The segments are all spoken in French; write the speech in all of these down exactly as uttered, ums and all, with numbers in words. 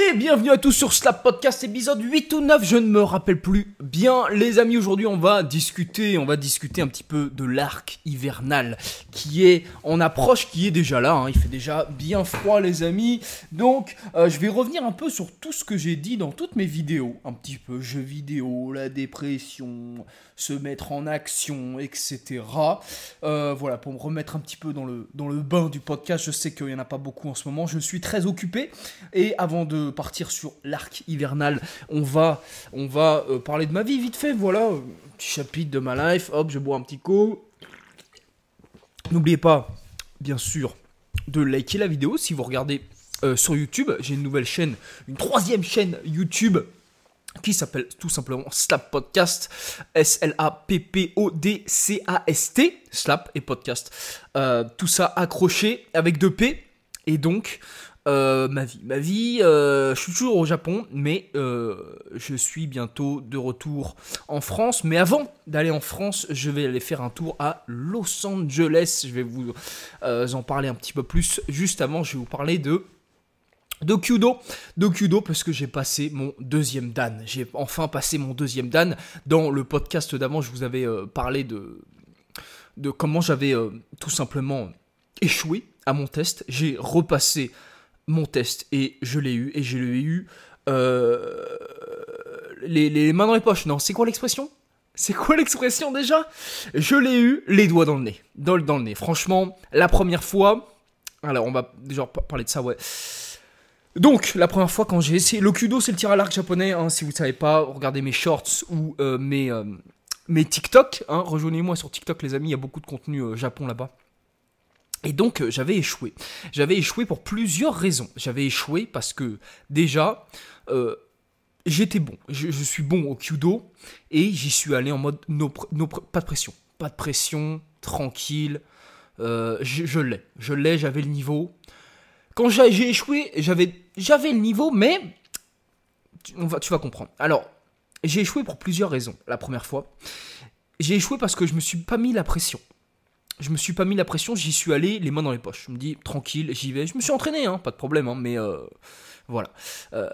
Et bienvenue à tous sur Slap Podcast épisode huit ou neuf, je ne me rappelle plus bien. Les amis, aujourd'hui on va discuter, on va discuter un petit peu de l'arc hivernal qui est en approche, qui est déjà là, hein. Il fait déjà bien froid les amis. Donc euh, je vais revenir un peu sur tout ce que j'ai dit dans toutes mes vidéos. Un petit peu jeux vidéo, la dépression, se mettre en action, et cetera. Euh, voilà, pour me remettre un petit peu dans le, dans le bain du podcast. Je sais qu'il n'y en a pas beaucoup en ce moment, je suis très occupé. Et avant de partir sur l'arc hivernal, on va, on va euh, parler de ma vie vite fait, voilà, euh, petit chapitre de ma life, hop, je bois un petit coup. N'oubliez pas, bien sûr, de liker la vidéo si vous regardez euh, sur YouTube. J'ai une nouvelle chaîne, une troisième chaîne YouTube qui s'appelle tout simplement Slap Podcast, S L A P P O D C A S T, Slap et Podcast, euh, tout ça accroché avec deux P, et donc... Euh, ma vie, ma vie, euh, je suis toujours au Japon, mais euh, je suis bientôt de retour en France. Mais avant d'aller en France, je vais aller faire un tour à Los Angeles. Je vais vous euh, en parler un petit peu plus. Juste avant, je vais vous parler de de Kyudo, de Kyudo parce que j'ai passé mon deuxième dan. J'ai enfin passé mon deuxième dan. Dans le podcast d'avant, je vous avais euh, parlé de de comment j'avais euh, tout simplement échoué à mon test. J'ai repassé mon test et je l'ai eu et je l'ai eu euh, les, les mains dans les poches. Non, c'est quoi l'expression C'est quoi l'expression déjà Je l'ai eu les doigts dans le nez, dans le, dans le nez. Franchement, la première fois, alors on va déjà parler de ça, ouais. Donc, la première fois quand j'ai essayé, le Kyudo c'est le tir à l'arc japonais, hein, si vous ne savez pas, regardez mes shorts ou euh, mes, euh, mes TikTok, hein, rejoignez-moi sur TikTok les amis, il y a beaucoup de contenu euh, Japon là-bas. Et donc, euh, j'avais échoué. J'avais échoué pour plusieurs raisons. J'avais échoué parce que, déjà, euh, j'étais bon. Je, je suis bon au Kyudo et j'y suis allé en mode no, no, pas de pression. Pas de pression, tranquille. Euh, je, je l'ai. Je l'ai, j'avais le niveau. Quand j'ai, j'ai échoué, j'avais, j'avais le niveau, mais tu, on va, tu vas comprendre. Alors, j'ai échoué pour plusieurs raisons. La première fois, j'ai échoué parce que je me suis pas mis la pression. Je me suis pas mis la pression, j'y suis allé les mains dans les poches. Je me dis, tranquille, j'y vais. Je me suis entraîné, hein, pas de problème, hein, mais euh, voilà. Euh,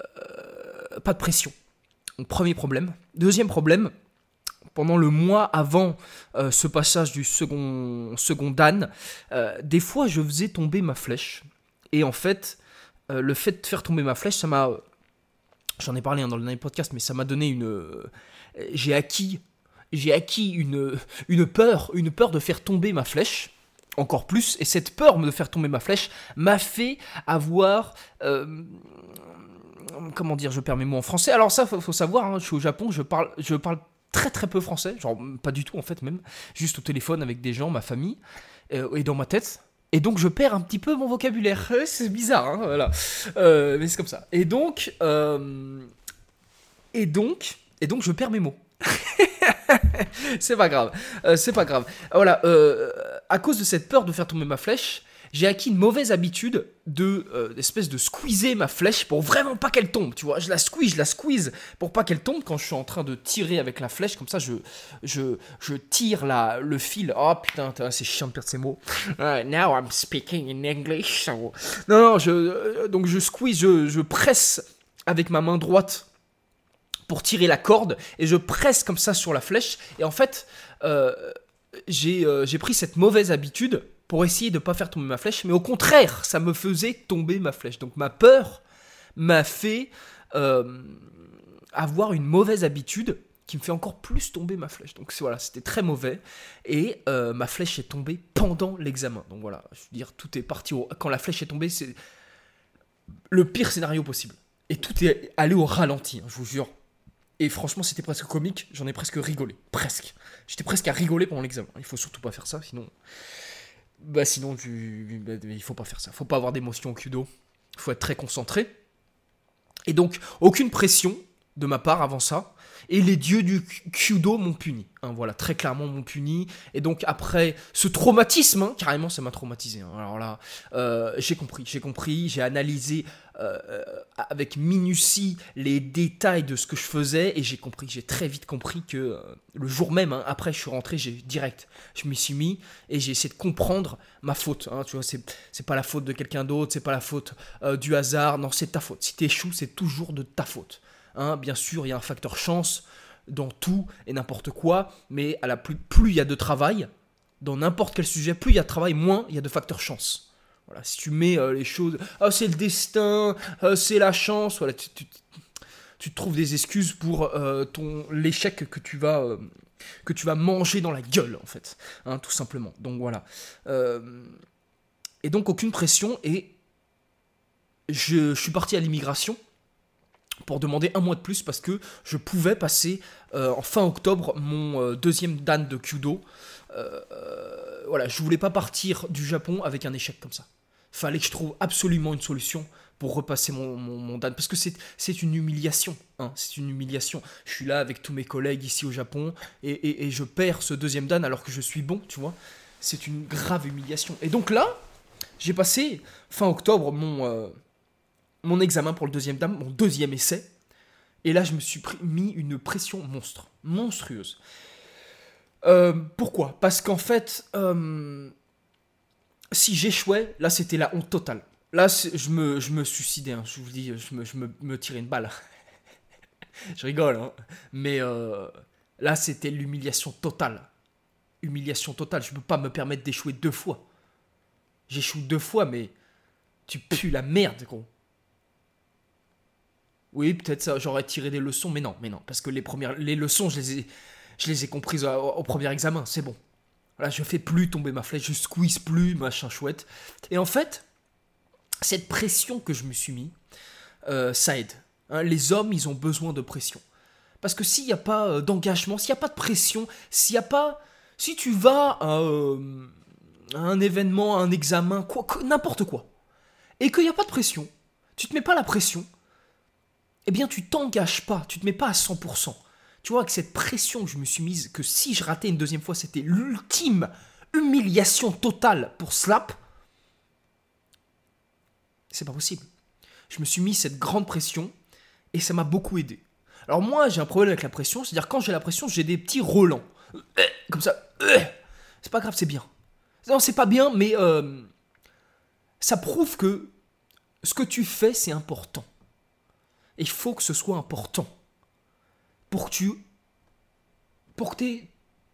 pas de pression. Donc, premier problème. Deuxième problème, pendant le mois avant euh, ce passage du second, second dan, euh, des fois je faisais tomber ma flèche. Et en fait, euh, le fait de faire tomber ma flèche, ça m'a... J'en ai parlé hein, dans le dernier podcast, mais ça m'a donné une... Euh, j'ai acquis... J'ai acquis une, une peur, une peur de faire tomber ma flèche, encore plus, et cette peur de faire tomber ma flèche m'a fait avoir, euh, comment dire, je perds mes mots en français, alors ça, faut, faut savoir, hein, je suis au Japon, je parle, je parle très très peu français, genre pas du tout en fait même, juste au téléphone avec des gens, ma famille, euh, et dans ma tête, et donc je perds un petit peu mon vocabulaire, c'est bizarre, hein, voilà, euh, mais c'est comme ça, et donc, euh, et donc, et donc je perds mes mots. c'est pas grave, euh, c'est pas grave. Voilà, euh, à cause de cette peur de faire tomber ma flèche, j'ai acquis une mauvaise habitude de euh, espèce de squeezer ma flèche pour vraiment pas qu'elle tombe. Tu vois, je la squeeze, je la squeeze pour pas qu'elle tombe quand je suis en train de tirer avec la flèche. Comme ça, je je je tire la le fil. Oh putain, c'est chiant de perdre ces mots. Uh, now I'm speaking in English. So... Non, non, je euh, donc je squeeze, je je presse avec ma main droite pour tirer la corde, et je presse comme ça sur la flèche, et en fait, euh, j'ai, euh, j'ai pris cette mauvaise habitude pour essayer de ne pas faire tomber ma flèche, mais au contraire, ça me faisait tomber ma flèche. Donc ma peur m'a fait euh, avoir une mauvaise habitude qui me fait encore plus tomber ma flèche. Donc voilà, c'était très mauvais, et euh, ma flèche est tombée pendant l'examen. Donc voilà, je veux dire, tout est parti, au... quand la flèche est tombée, c'est le pire scénario possible. Et tout est allé au ralenti, hein, je vous jure. Et franchement, c'était presque comique, j'en ai presque rigolé, presque. J'étais presque à rigoler pendant l'examen. Il faut surtout pas faire ça, sinon... Bah sinon, tu... bah, il faut pas faire ça. Faut pas avoir d'émotion au Kyudo. Il faut être très concentré. Et donc, aucune pression, de ma part avant ça. Et les dieux du Kyudo m'ont puni. Hein, voilà, très clairement m'ont puni. Et donc après ce traumatisme, hein, carrément ça m'a traumatisé. Hein. Alors là, euh, j'ai compris, j'ai compris, j'ai analysé euh, avec minutie les détails de ce que je faisais. Et j'ai compris, j'ai très vite compris que euh, le jour même, hein, après je suis rentré, j'ai direct, je m'y suis mis et j'ai essayé de comprendre ma faute. Hein, tu vois, c'est, c'est pas la faute de quelqu'un d'autre, c'est pas la faute euh, du hasard, non, c'est ta faute. Si t'échoues, c'est toujours de ta faute. Hein, bien sûr, il y a un facteur chance dans tout et n'importe quoi, mais à la plus, plus il y a de travail, dans n'importe quel sujet, plus il y a de travail, moins il y a de facteurs chance. Voilà, si tu mets euh, les choses, ah, c'est le destin, euh, c'est la chance, voilà, tu, tu, tu trouves des excuses pour euh, ton, l'échec que tu vas, euh, que tu vas manger dans la gueule, en fait, hein, tout simplement. Donc voilà. Euh, et donc aucune pression, et je, je suis parti à l'immigration pour demander un mois de plus parce que je pouvais passer euh, en fin octobre mon euh, deuxième dan de Kyudo. Euh, euh, voilà, je voulais pas partir du Japon avec un échec comme ça. Fallait que je trouve absolument une solution pour repasser mon, mon, mon dan. Parce que c'est, c'est une humiliation. Hein, c'est une humiliation. Je suis là avec tous mes collègues ici au Japon et, et, et je perds ce deuxième dan alors que je suis bon, tu vois. C'est une grave humiliation. Et donc là, j'ai passé fin octobre mon... Euh, mon examen pour le deuxième dan, mon deuxième essai. Et là, je me suis pris, mis une pression monstre, monstrueuse. Euh, pourquoi ? Parce qu'en fait, euh, si j'échouais, là, c'était la honte totale. Là, je me, je me suicidais, hein, je vous dis, je me, je me, me tirais une balle. Je rigole, hein. Mais euh, là, c'était l'humiliation totale. Humiliation totale, je ne peux pas me permettre d'échouer deux fois. J'échoue deux fois, mais tu pues la merde, gros. Oui, peut-être ça, j'aurais tiré des leçons, mais non, mais non, parce que les premières, les leçons, je les ai, je les ai comprises au, au premier examen, c'est bon. Là, je fais plus tomber ma flèche, je squeeze plus, machin chouette. Et en fait, cette pression que je me suis mis, euh, ça aide. Hein, les hommes, ils ont besoin de pression. Parce que s'il n'y a pas euh, d'engagement, s'il n'y a pas de pression, s'il n'y a pas... Si tu vas à, euh, à un événement, à un examen, quoi, quoi, n'importe quoi, et qu'il n'y a pas de pression, tu te mets pas la pression, eh bien tu t'engages pas, tu te mets pas à cent pour cent. Tu vois, avec cette pression que je me suis mise, que si je ratais une deuxième fois, c'était l'ultime humiliation totale pour Slap, c'est pas possible. Je me suis mis cette grande pression et ça m'a beaucoup aidé. Alors moi, j'ai un problème avec la pression, c'est-à-dire quand j'ai la pression, j'ai des petits relents. Comme ça. C'est pas grave, c'est bien. Non, c'est pas bien, mais euh, ça prouve que ce que tu fais, c'est important. Et il faut que ce soit important. Pour que tu... Pour que t'aies...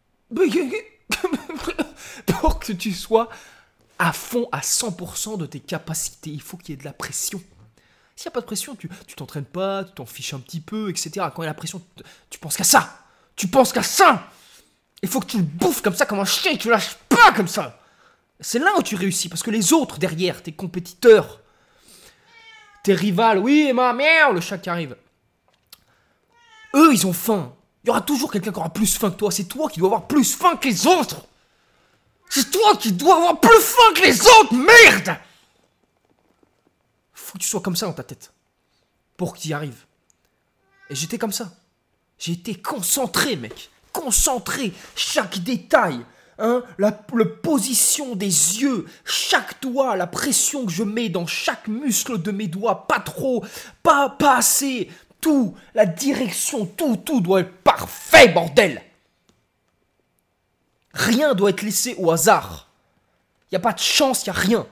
Pour que tu sois à fond, à cent pour cent de tes capacités. Il faut qu'il y ait de la pression. S'il n'y a pas de pression, tu, tu t'entraînes pas, tu t'en fiches un petit peu, et cetera. Quand il y a la pression, tu, tu penses qu'à ça. Tu penses qu'à ça. Il faut que tu le bouffes comme ça, comme un chien, et que tu lâches pas comme ça. C'est là où tu réussis, parce que les autres derrière, tes compétiteurs, tes rivales, oui, Emma, merde, le chat qui arrive. Eux, ils ont faim. Il y aura toujours quelqu'un qui aura plus faim que toi. C'est toi qui dois avoir plus faim que les autres. C'est toi qui dois avoir plus faim que les autres, merde. Faut que tu sois comme ça dans ta tête. Pour que tu y arrives. Et j'étais comme ça. J'ai été concentré, mec. Concentré. Chaque détail. Hein, la, la position des yeux, chaque doigt, la pression que je mets dans chaque muscle de mes doigts, pas trop, pas, pas assez, tout, la direction, tout, tout doit être parfait, bordel. Rien doit être laissé au hasard. Il n'y a pas de chance, il n'y a rien.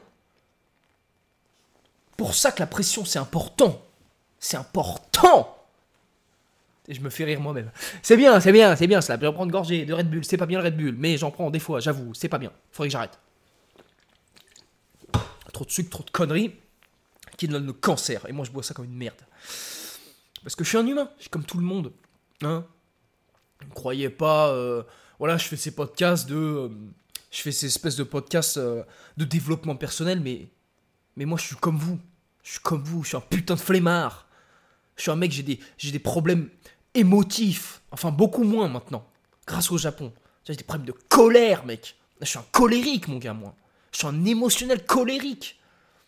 Pour ça que la pression, c'est important. C'est important. Et je me fais rire moi-même. C'est bien, c'est bien, c'est bien cela. Je vais prendre une gorgée de Red Bull. C'est pas bien le Red Bull, mais j'en prends des fois, j'avoue. C'est pas bien. Faudrait que j'arrête. Trop de sucre, trop de conneries qui donnent le cancer. Et moi, je bois ça comme une merde. Parce que je suis un humain. Je suis comme tout le monde. Hein. Ne croyez pas... Euh, voilà, je fais ces podcasts de... Euh, je fais ces espèces de podcasts euh, de développement personnel, mais... Mais moi, je suis comme vous. Je suis comme vous. Je suis un putain de flemmard. Je suis un mec, j'ai des, j'ai des problèmes... émotif, enfin beaucoup moins maintenant, grâce au Japon. J'ai des problèmes de colère, mec. Je suis un colérique, mon gars, moi. Je suis un émotionnel colérique.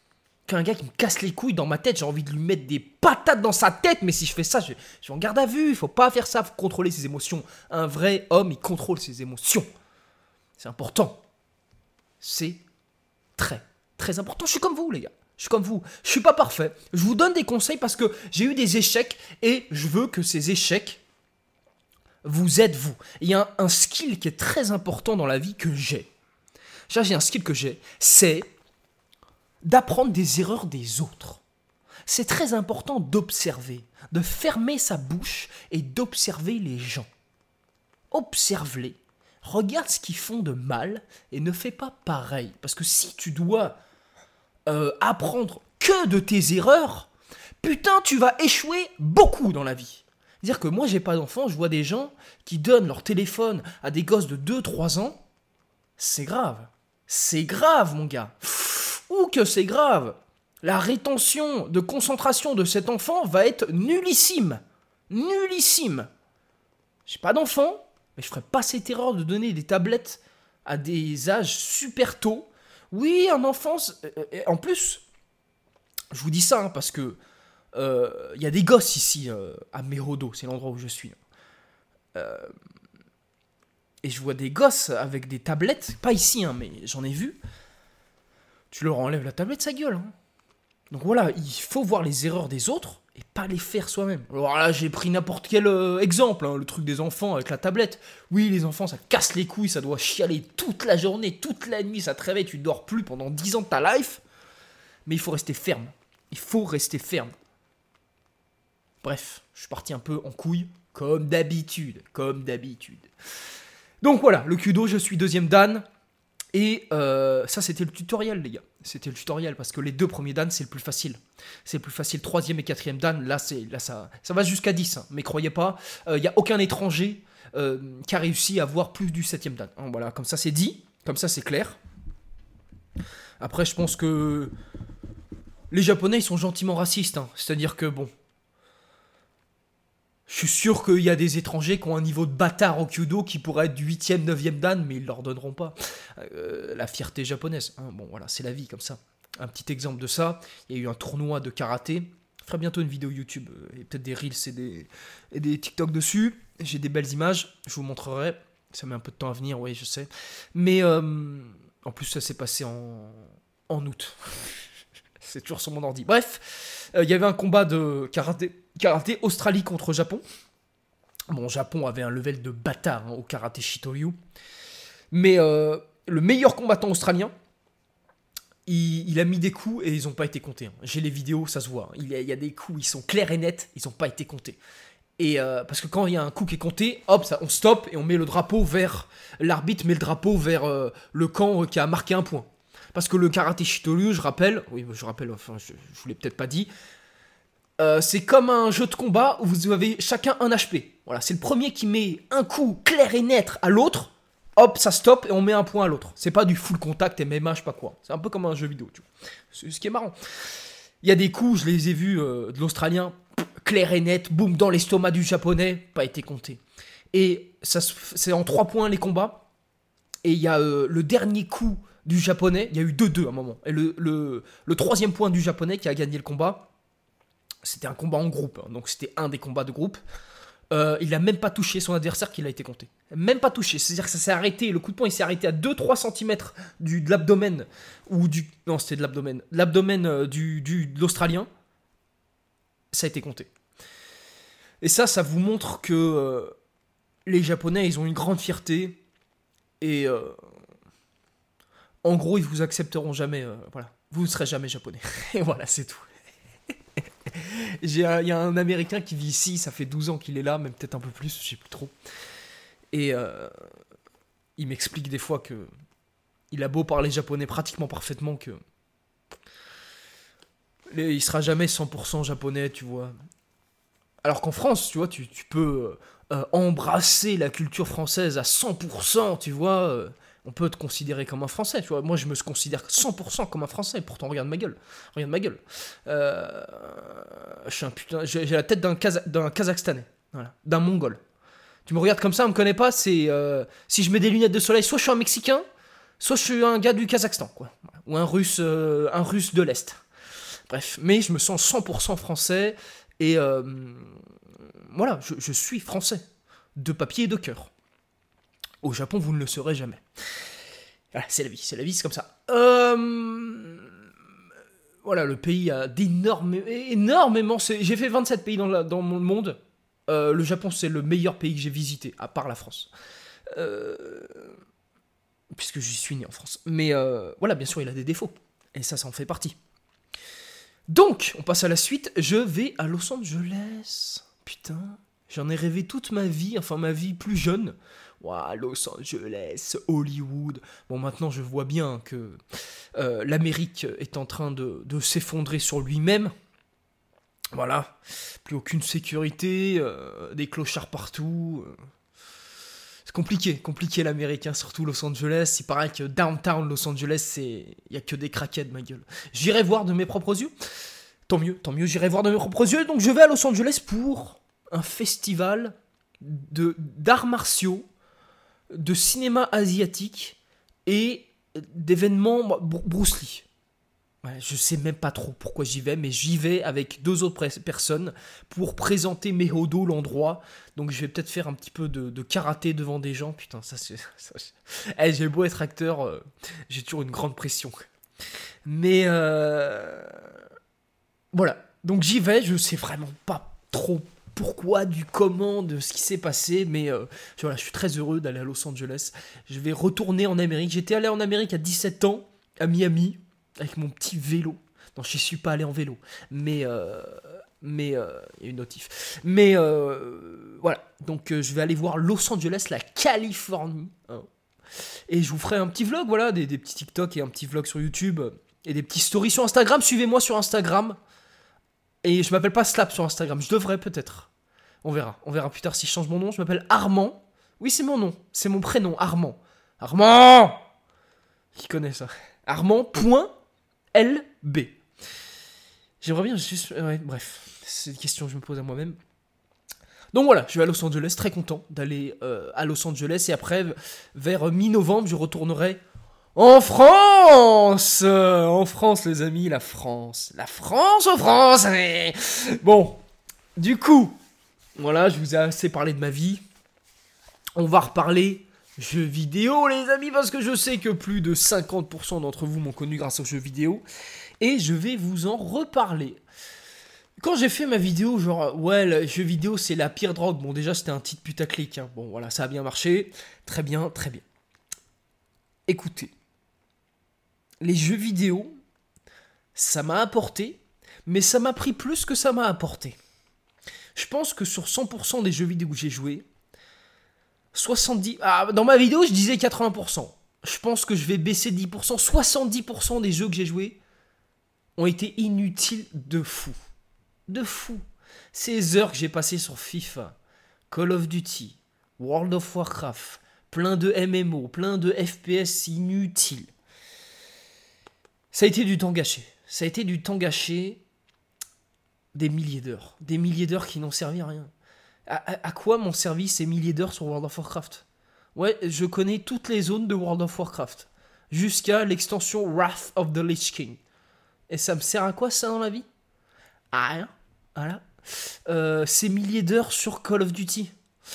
qu'un gars qui me casse les couilles dans ma tête, j'ai envie de lui mettre des patates dans sa tête, mais si je fais ça, je, je suis en garde à vue, il faut pas faire ça, faut contrôler ses émotions. Un vrai homme, il contrôle ses émotions. C'est important. C'est très, très important. Je suis comme vous, les gars. Je suis comme vous. Je suis pas parfait. Je vous donne des conseils parce que j'ai eu des échecs et je veux que ces échecs vous aident, vous. Il y a un, un skill qui est très important dans la vie que j'ai. Déjà, j'ai un skill que j'ai, c'est d'apprendre des erreurs des autres. C'est très important d'observer, de fermer sa bouche et d'observer les gens. Observe-les, regarde ce qu'ils font de mal et ne fais pas pareil. Parce que si tu dois euh, apprendre que de tes erreurs, putain, tu vas échouer beaucoup dans la vie. C'est-à-dire que moi, j'ai pas d'enfant, je vois des gens qui donnent leur téléphone à des gosses de deux trois ans. C'est grave. C'est grave, mon gars. Ou que c'est grave. La rétention de concentration de cet enfant va être nullissime. Nullissime. J'ai pas d'enfant, mais je ferai pas cette erreur de donner des tablettes à des âges super tôt. Oui, un enfant... En plus, je vous dis ça, hein, parce que il euh, y a des gosses ici, euh, à Mérodo, c'est l'endroit où je suis. Euh, et je vois des gosses avec des tablettes, pas ici, hein, mais j'en ai vu. Tu leur enlèves la tablette, ça gueule. Hein. Donc voilà, il faut voir les erreurs des autres et pas les faire soi-même. Alors là, j'ai pris n'importe quel euh, exemple, hein, le truc des enfants avec la tablette. Oui, les enfants, ça casse les couilles, ça doit chialer toute la journée, toute la nuit, ça te réveille, tu dors plus pendant dix ans de ta life. Mais il faut rester ferme. Il faut rester ferme. Bref, je suis parti un peu en couille, comme d'habitude, comme d'habitude. Donc voilà, le kudo, je suis deuxième dan. Et euh, ça, c'était le tutoriel, les gars. C'était le tutoriel, parce que les deux premiers dan, c'est le plus facile. C'est le plus facile. Troisième et quatrième dan, là, c'est, là ça, ça va jusqu'à dix. Hein, mais croyez pas, il euh, n'y a aucun étranger euh, qui a réussi à avoir plus du septième dan. Hein, voilà, comme ça, c'est dit. Comme ça, c'est clair. Après, je pense que les Japonais, ils sont gentiment racistes. Hein, c'est-à-dire que, bon... Je suis sûr qu'il y a des étrangers qui ont un niveau de bâtard au Kyudo qui pourrait être du huitième, neuvième dan, mais ils ne leur donneront pas. Euh, la fierté japonaise. Hein, bon, voilà, c'est la vie comme ça. Un petit exemple de ça, il y a eu un tournoi de karaté. Je ferai bientôt une vidéo YouTube, et peut-être des Reels et des, et des TikTok dessus. J'ai des belles images, je vous montrerai. Ça met un peu de temps à venir, oui, je sais. Mais euh, en plus, ça s'est passé en, en août. C'est toujours sur mon ordi. Bref, il euh, y avait un combat de karaté. Karaté Australie contre Japon. Bon, Japon avait un level de bâtard hein, au karaté Shitoryu. Mais euh, le meilleur combattant australien, il, il a mis des coups et ils n'ont pas été comptés. Hein. J'ai les vidéos, ça se voit. Hein. Il, y a, il y a des coups, ils sont clairs et nets, ils n'ont pas été comptés. Et euh, parce que quand il y a un coup qui est compté, hop, ça, on stoppe et on met le drapeau vers... L'arbitre met le drapeau vers euh, le camp qui a marqué un point. Parce que le karaté Shitoryu, je rappelle... Oui, je rappelle, enfin, je ne vous l'ai peut-être pas dit... Euh, c'est comme un jeu de combat où vous avez chacun un H P. Voilà, c'est le premier qui met un coup clair et net à l'autre. Hop, ça stoppe et on met un point à l'autre. C'est pas du full contact, M M A, je sais pas quoi. C'est un peu comme un jeu vidéo, tu vois. C'est ce qui est marrant. Il y a des coups, je les ai vus euh, de l'Australien, clair et net, boum, dans l'estomac du Japonais, pas été compté. Et ça, c'est en trois points les combats. Et il y a euh, le dernier coup du Japonais, il y a eu deux deux à un moment. Et le, le, le troisième point du Japonais qui a gagné le combat. C'était un combat en groupe, hein, donc c'était un des combats de groupe. Euh, il n'a même pas touché son adversaire qu'il a été compté. Même pas touché, c'est-à-dire que ça s'est arrêté, le coup de poing il s'est arrêté à deux à trois centimètres du, de l'abdomen, ou du... Non, c'était de l'abdomen. L'abdomen euh, du, du, de l'Australien, ça a été compté. Et ça, ça vous montre que euh, les Japonais, ils ont une grande fierté, et euh, en gros, ils vous accepteront jamais, euh, voilà. Vous ne serez jamais japonais. Et voilà, c'est tout. Il y a un Américain qui vit ici, ça fait douze ans qu'il est là, même peut-être un peu plus, je sais plus trop. Et euh, il m'explique des fois que il a beau parler japonais pratiquement parfaitement, que il sera jamais cent pour cent japonais, tu vois. Alors qu'en France, tu vois, tu, tu peux euh, embrasser la culture française à cent pour cent, tu vois. Euh, on peut te considérer comme un Français, tu vois. Moi, je me considère cent pour cent comme un Français. Pourtant, regarde ma gueule. Regarde ma gueule. Euh, je suis un putain... J'ai, j'ai la tête d'un, Kaza... d'un Kazakhstanais. Voilà. D'un Mongol. Tu me regardes comme ça, on me connaît pas, c'est... Euh, si je mets des lunettes de soleil, soit je suis un Mexicain, soit je suis un gars du Kazakhstan, quoi. Ou un Russe, euh, un Russe de l'Est. Bref, mais je me sens cent pour cent français, et euh, voilà, je, je suis français, de papier et de cœur. Au Japon, vous ne le serez jamais. Voilà, c'est la vie, c'est la vie, c'est comme ça. Euh... Voilà, le pays a d'énormes, énormément... C'est... J'ai fait vingt-sept pays dans, la, dans mon monde. Euh, le Japon, c'est le meilleur pays que j'ai visité, à part la France. Euh... Puisque j'y suis né en France. Mais euh, voilà, bien sûr, il a des défauts. Et ça, ça en fait partie. Donc, on passe à la suite. Je vais à Los Angeles. Putain, j'en ai rêvé toute ma vie, enfin ma vie plus jeune. Waouh, Los Angeles, Hollywood. Bon, maintenant, je vois bien que euh, l'Amérique est en train de, de s'effondrer sur lui-même. Voilà, plus aucune sécurité, euh, des clochards partout. Euh. C'est compliqué, compliqué l'Amérique, hein, surtout Los Angeles. Il paraît que downtown Los Angeles, c'est... il n'y a que des craquettes, ma gueule. J'irai voir de mes propres yeux. Tant mieux, tant mieux, j'irai voir de mes propres yeux. Donc je vais à Los Angeles pour un festival de, d'arts martiaux, de cinéma asiatique et d'événements Bruce Lee. Ouais, je sais même pas trop pourquoi j'y vais, mais j'y vais avec deux autres pres- personnes pour présenter mes hodos l'endroit. Donc je vais peut-être faire un petit peu de, de karaté devant des gens. Putain, ça c'est... Ça, c'est... Hey, j'ai beau être acteur, euh, j'ai toujours une grande pression. Mais euh... voilà, donc j'y vais, je sais vraiment pas trop pourquoi, du comment, de ce qui s'est passé, mais euh, voilà, je suis très heureux d'aller à Los Angeles. Je vais retourner en Amérique. J'étais allé en Amérique à dix-sept ans, à Miami, avec mon petit vélo. Non, je suis pas allé en vélo, mais euh, mais euh, il y a une notif. Mais euh, voilà, donc euh, je vais aller voir Los Angeles, la Californie, hein. Et je vous ferai un petit vlog, voilà, des, des petits TikTok et un petit vlog sur YouTube et des petits stories sur Instagram. Suivez-moi sur Instagram. Et je m'appelle pas Slap sur Instagram, je devrais peut-être. On verra, on verra plus tard si je change mon nom. Je m'appelle Armand. Oui, c'est mon nom, c'est mon prénom, Armand. Armand! Qui connaît ça? Armand.lb. J'aimerais bien juste... Ouais, bref, c'est une question que je me pose à moi-même. Donc voilà, je vais à Los Angeles, très content d'aller euh, à Los Angeles. Et après, vers mi-novembre, je retournerai en France. euh, En France, les amis, la France. La France en France. Mais... Bon, du coup, voilà, je vous ai assez parlé de ma vie. On va reparler jeux vidéo, les amis, parce que je sais que plus de cinquante pour cent d'entre vous m'ont connu grâce aux jeux vidéo. Et je vais vous en reparler. Quand j'ai fait ma vidéo, genre, ouais, le jeu vidéo, c'est la pire drogue. Bon, déjà, c'était un titre putaclic. Hein. Bon, voilà, ça a bien marché. Très bien, très bien. Écoutez, les jeux vidéo, ça m'a apporté, mais ça m'a pris plus que ça m'a apporté. Je pense que sur cent pour cent des jeux vidéo que j'ai joués, soixante-dix... Ah, dans ma vidéo, je disais quatre-vingts pour cent. Je pense que je vais baisser dix pour cent. soixante-dix pour cent des jeux que j'ai joués ont été inutiles de fou. De fou. Ces heures que j'ai passées sur FIFA, Call of Duty, World of Warcraft, plein de M M O, plein de F P S inutiles. Ça a été du temps gâché. Ça a été du temps gâché, des milliers d'heures. Des milliers d'heures qui n'ont servi à rien. À, à, à quoi m'ont servi ces milliers d'heures sur World of Warcraft? Ouais, je connais toutes les zones de World of Warcraft. Jusqu'à l'extension Wrath of the Lich King. Et ça me sert à quoi ça dans la vie? À rien. Voilà. Euh, ces milliers d'heures sur Call of Duty.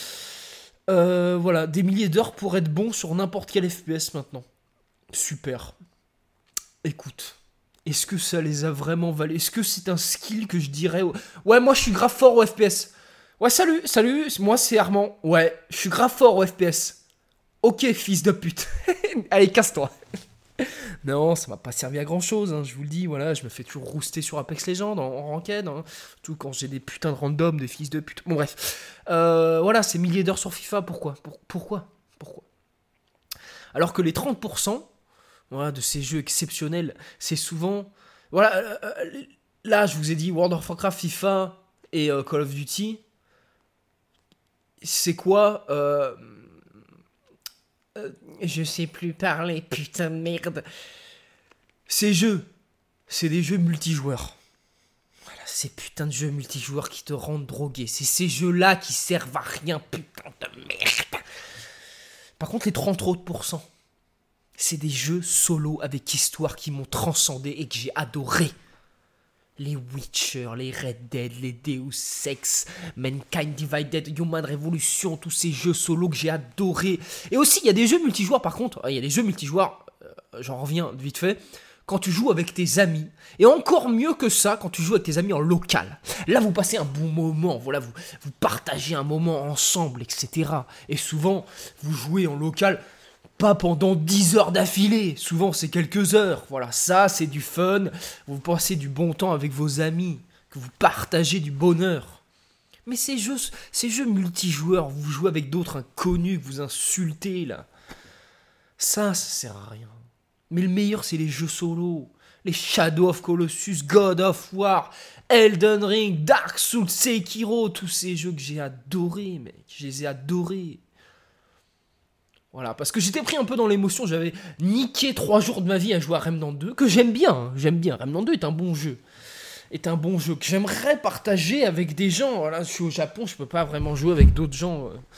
Euh, voilà, des milliers d'heures pour être bon sur n'importe quel F P S maintenant. Super. Écoute, est-ce que ça les a vraiment valés? Est-ce que c'est un skill que je dirais... Ouais, moi je suis grave fort au F P S. Ouais, salut, salut, moi c'est Armand. Ouais, je suis grave fort au F P S. Ok, fils de pute. Allez, casse-toi. Non, ça m'a pas servi à grand chose, hein, je vous le dis, voilà, je me fais toujours rouster sur Apex Legends en, en ranked, hein, tout quand j'ai des putains de randoms, des fils de pute. Bon, bref. Euh, voilà, ces milliers d'heures sur FIFA, pourquoi Pour, Pourquoi Pourquoi Alors que les trente pour cent voilà, de ces jeux exceptionnels, c'est souvent. Voilà, euh, euh, là, je vous ai dit World of Warcraft, FIFA et euh, Call of Duty. C'est quoi euh, euh, Je sais plus parler, putain de merde. Ces jeux, c'est des jeux multijoueurs. Voilà, ces putains de jeux multijoueurs qui te rendent drogué. C'est ces jeux-là qui servent à rien, putain de merde. Par contre, les trente autres pourcents, c'est des jeux solo avec histoire qui m'ont transcendé et que j'ai adoré. Les Witcher, les Red Dead, les Deus Ex, Mankind Divided, Human Revolution, tous ces jeux solo que j'ai adorés. Et aussi, il y a des jeux multijoueurs par contre, il y a des jeux multijoueurs, euh, j'en reviens vite fait, quand tu joues avec tes amis. Et encore mieux que ça, quand tu joues avec tes amis en local. Là, vous passez un bon moment, voilà, vous, vous partagez un moment ensemble, et cetera. Et souvent, vous jouez en local... Pas pendant dix heures d'affilée, souvent c'est quelques heures, voilà, ça c'est du fun, vous passez du bon temps avec vos amis, que vous partagez du bonheur. Mais ces jeux, ces jeux multijoueurs, vous jouez avec d'autres inconnus, que vous insultez là, ça, ça sert à rien. Mais le meilleur c'est les jeux solo, les Shadow of Colossus, God of War, Elden Ring, Dark Souls, Sekiro, tous ces jeux que j'ai adorés, mec, je les ai adorés. Voilà, parce que j'étais pris un peu dans l'émotion, j'avais niqué trois jours de ma vie à jouer à Remnant deux, que j'aime bien, hein, j'aime bien, Remnant deux est un bon jeu, est un bon jeu, que j'aimerais partager avec des gens, voilà, je suis au Japon, je peux pas vraiment jouer avec d'autres gens, euh,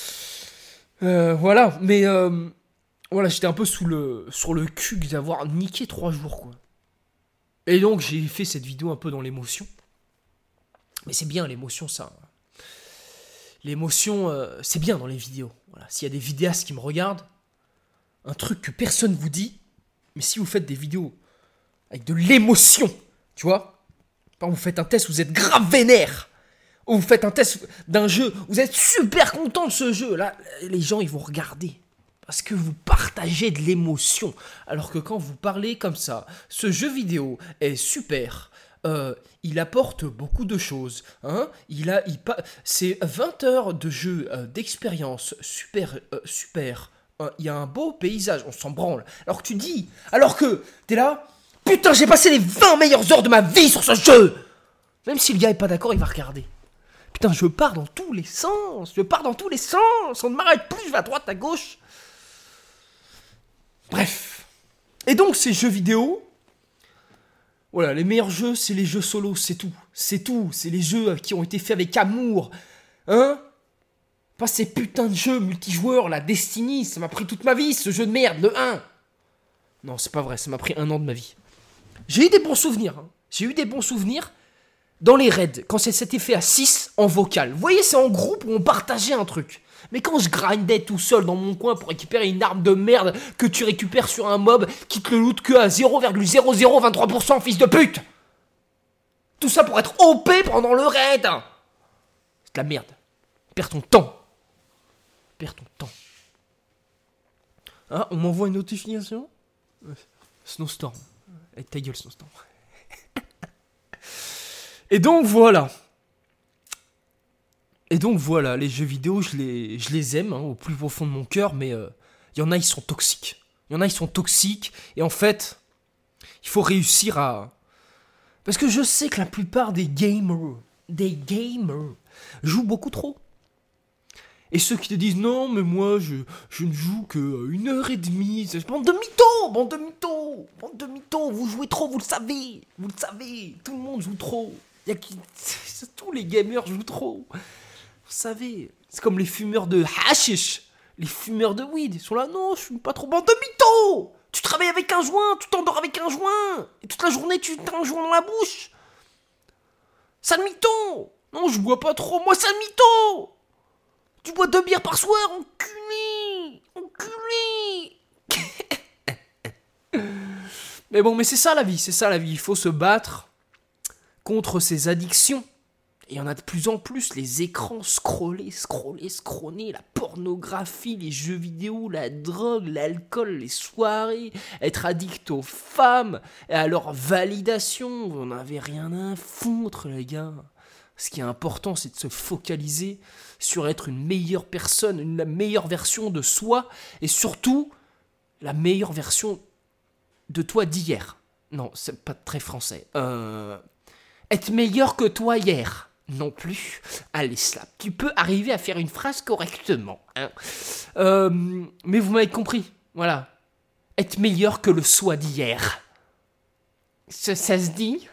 euh, voilà, mais, euh, voilà, j'étais un peu sous le, sur le cul d'avoir niqué trois jours, quoi, et donc j'ai fait cette vidéo un peu dans l'émotion, mais c'est bien l'émotion, ça. L'émotion, euh, c'est bien dans les vidéos. Voilà. S'il y a des vidéastes qui me regardent, un truc que personne vous dit, mais si vous faites des vidéos avec de l'émotion, tu vois, quand vous faites un test, vous êtes grave vénère, ou vous faites un test d'un jeu, vous êtes super content de ce jeu, là, les gens, ils vont regarder. Parce que vous partagez de l'émotion. Alors que quand vous parlez comme ça, ce jeu vidéo est super... Euh, il apporte beaucoup de choses, hein. Il a, il pa... c'est vingt heures de jeu, euh, d'expérience, super, euh, super. Euh, il y a un beau paysage, on s'en branle. Alors que tu dis, alors que t'es là, putain, j'ai passé les vingt meilleures heures de ma vie sur ce jeu. Même si le gars est pas d'accord, il va regarder. Putain, je pars dans tous les sens, je pars dans tous les sens, on ne m'arrête plus, je vais à droite, à gauche. Bref. Et donc ces jeux vidéo. Voilà, les meilleurs jeux, c'est les jeux solo, c'est tout. C'est tout, c'est les jeux qui ont été faits avec amour. Hein? Pas ces putains de jeux multijoueurs, la Destiny, ça m'a pris toute ma vie, ce jeu de merde, le un. Non, c'est pas vrai, ça m'a pris un an de ma vie. J'ai eu des bons souvenirs, hein. J'ai eu des bons souvenirs dans les raids, quand ça s'était fait à six en vocal. Vous voyez, c'est en groupe où on partageait un truc. Mais quand je grindais tout seul dans mon coin pour récupérer une arme de merde que tu récupères sur un mob qui te le loot que à zéro virgule zéro zéro vingt-trois pour cent, fils de pute. Tout ça pour être O P pendant le raid. C'est de la merde. Perds ton temps. Perds ton temps. Ah, on m'envoie une notification. Snowstorm. Et ta gueule, Snowstorm. Et donc voilà. Et donc voilà, les jeux vidéo, je les, je les aime hein, au plus profond de mon cœur, mais il euh, y en a, ils sont toxiques. Il y en a, ils sont toxiques, et en fait, il faut réussir à... Parce que je sais que la plupart des gamers, des gamers, jouent beaucoup trop. Et ceux qui te disent, non, mais moi, je, je ne joue que une heure et demie, c'est bande de mythos, bande de mythos, bande de mythos, vous jouez trop, vous le savez, vous le savez, tout le monde joue trop. Y a qui... Tous les gamers jouent trop. Vous savez, c'est comme les fumeurs de hashish, les fumeurs de weed, ils sont là, non, je fume pas trop, bande de mythos. Tu travailles avec un joint, tu t'endors avec un joint, et toute la journée tu t'as un joint dans la bouche. Sale mytho. Non, je bois pas trop, moi sale mytho. Tu bois deux bières par soir, enculé, enculé. Mais bon, mais c'est ça la vie, c'est ça la vie, il faut se battre contre ces addictions. Et il y en a de plus en plus, les écrans, scroller, scroller, scroller, la pornographie, les jeux vidéo, la drogue, l'alcool, les soirées, être addict aux femmes, et à leur validation, vous n'en avez rien à foutre les gars. Ce qui est important, c'est de se focaliser sur être une meilleure personne, une, la meilleure version de soi, et surtout, la meilleure version de toi d'hier. Non, c'est pas très français. Euh... Être meilleur que toi hier. Non plus. Allez, Slap, tu peux arriver à faire une phrase correctement. Hein. Euh, mais vous m'avez compris. Voilà. Être meilleur que le soi d'hier. Ça, ça se dit.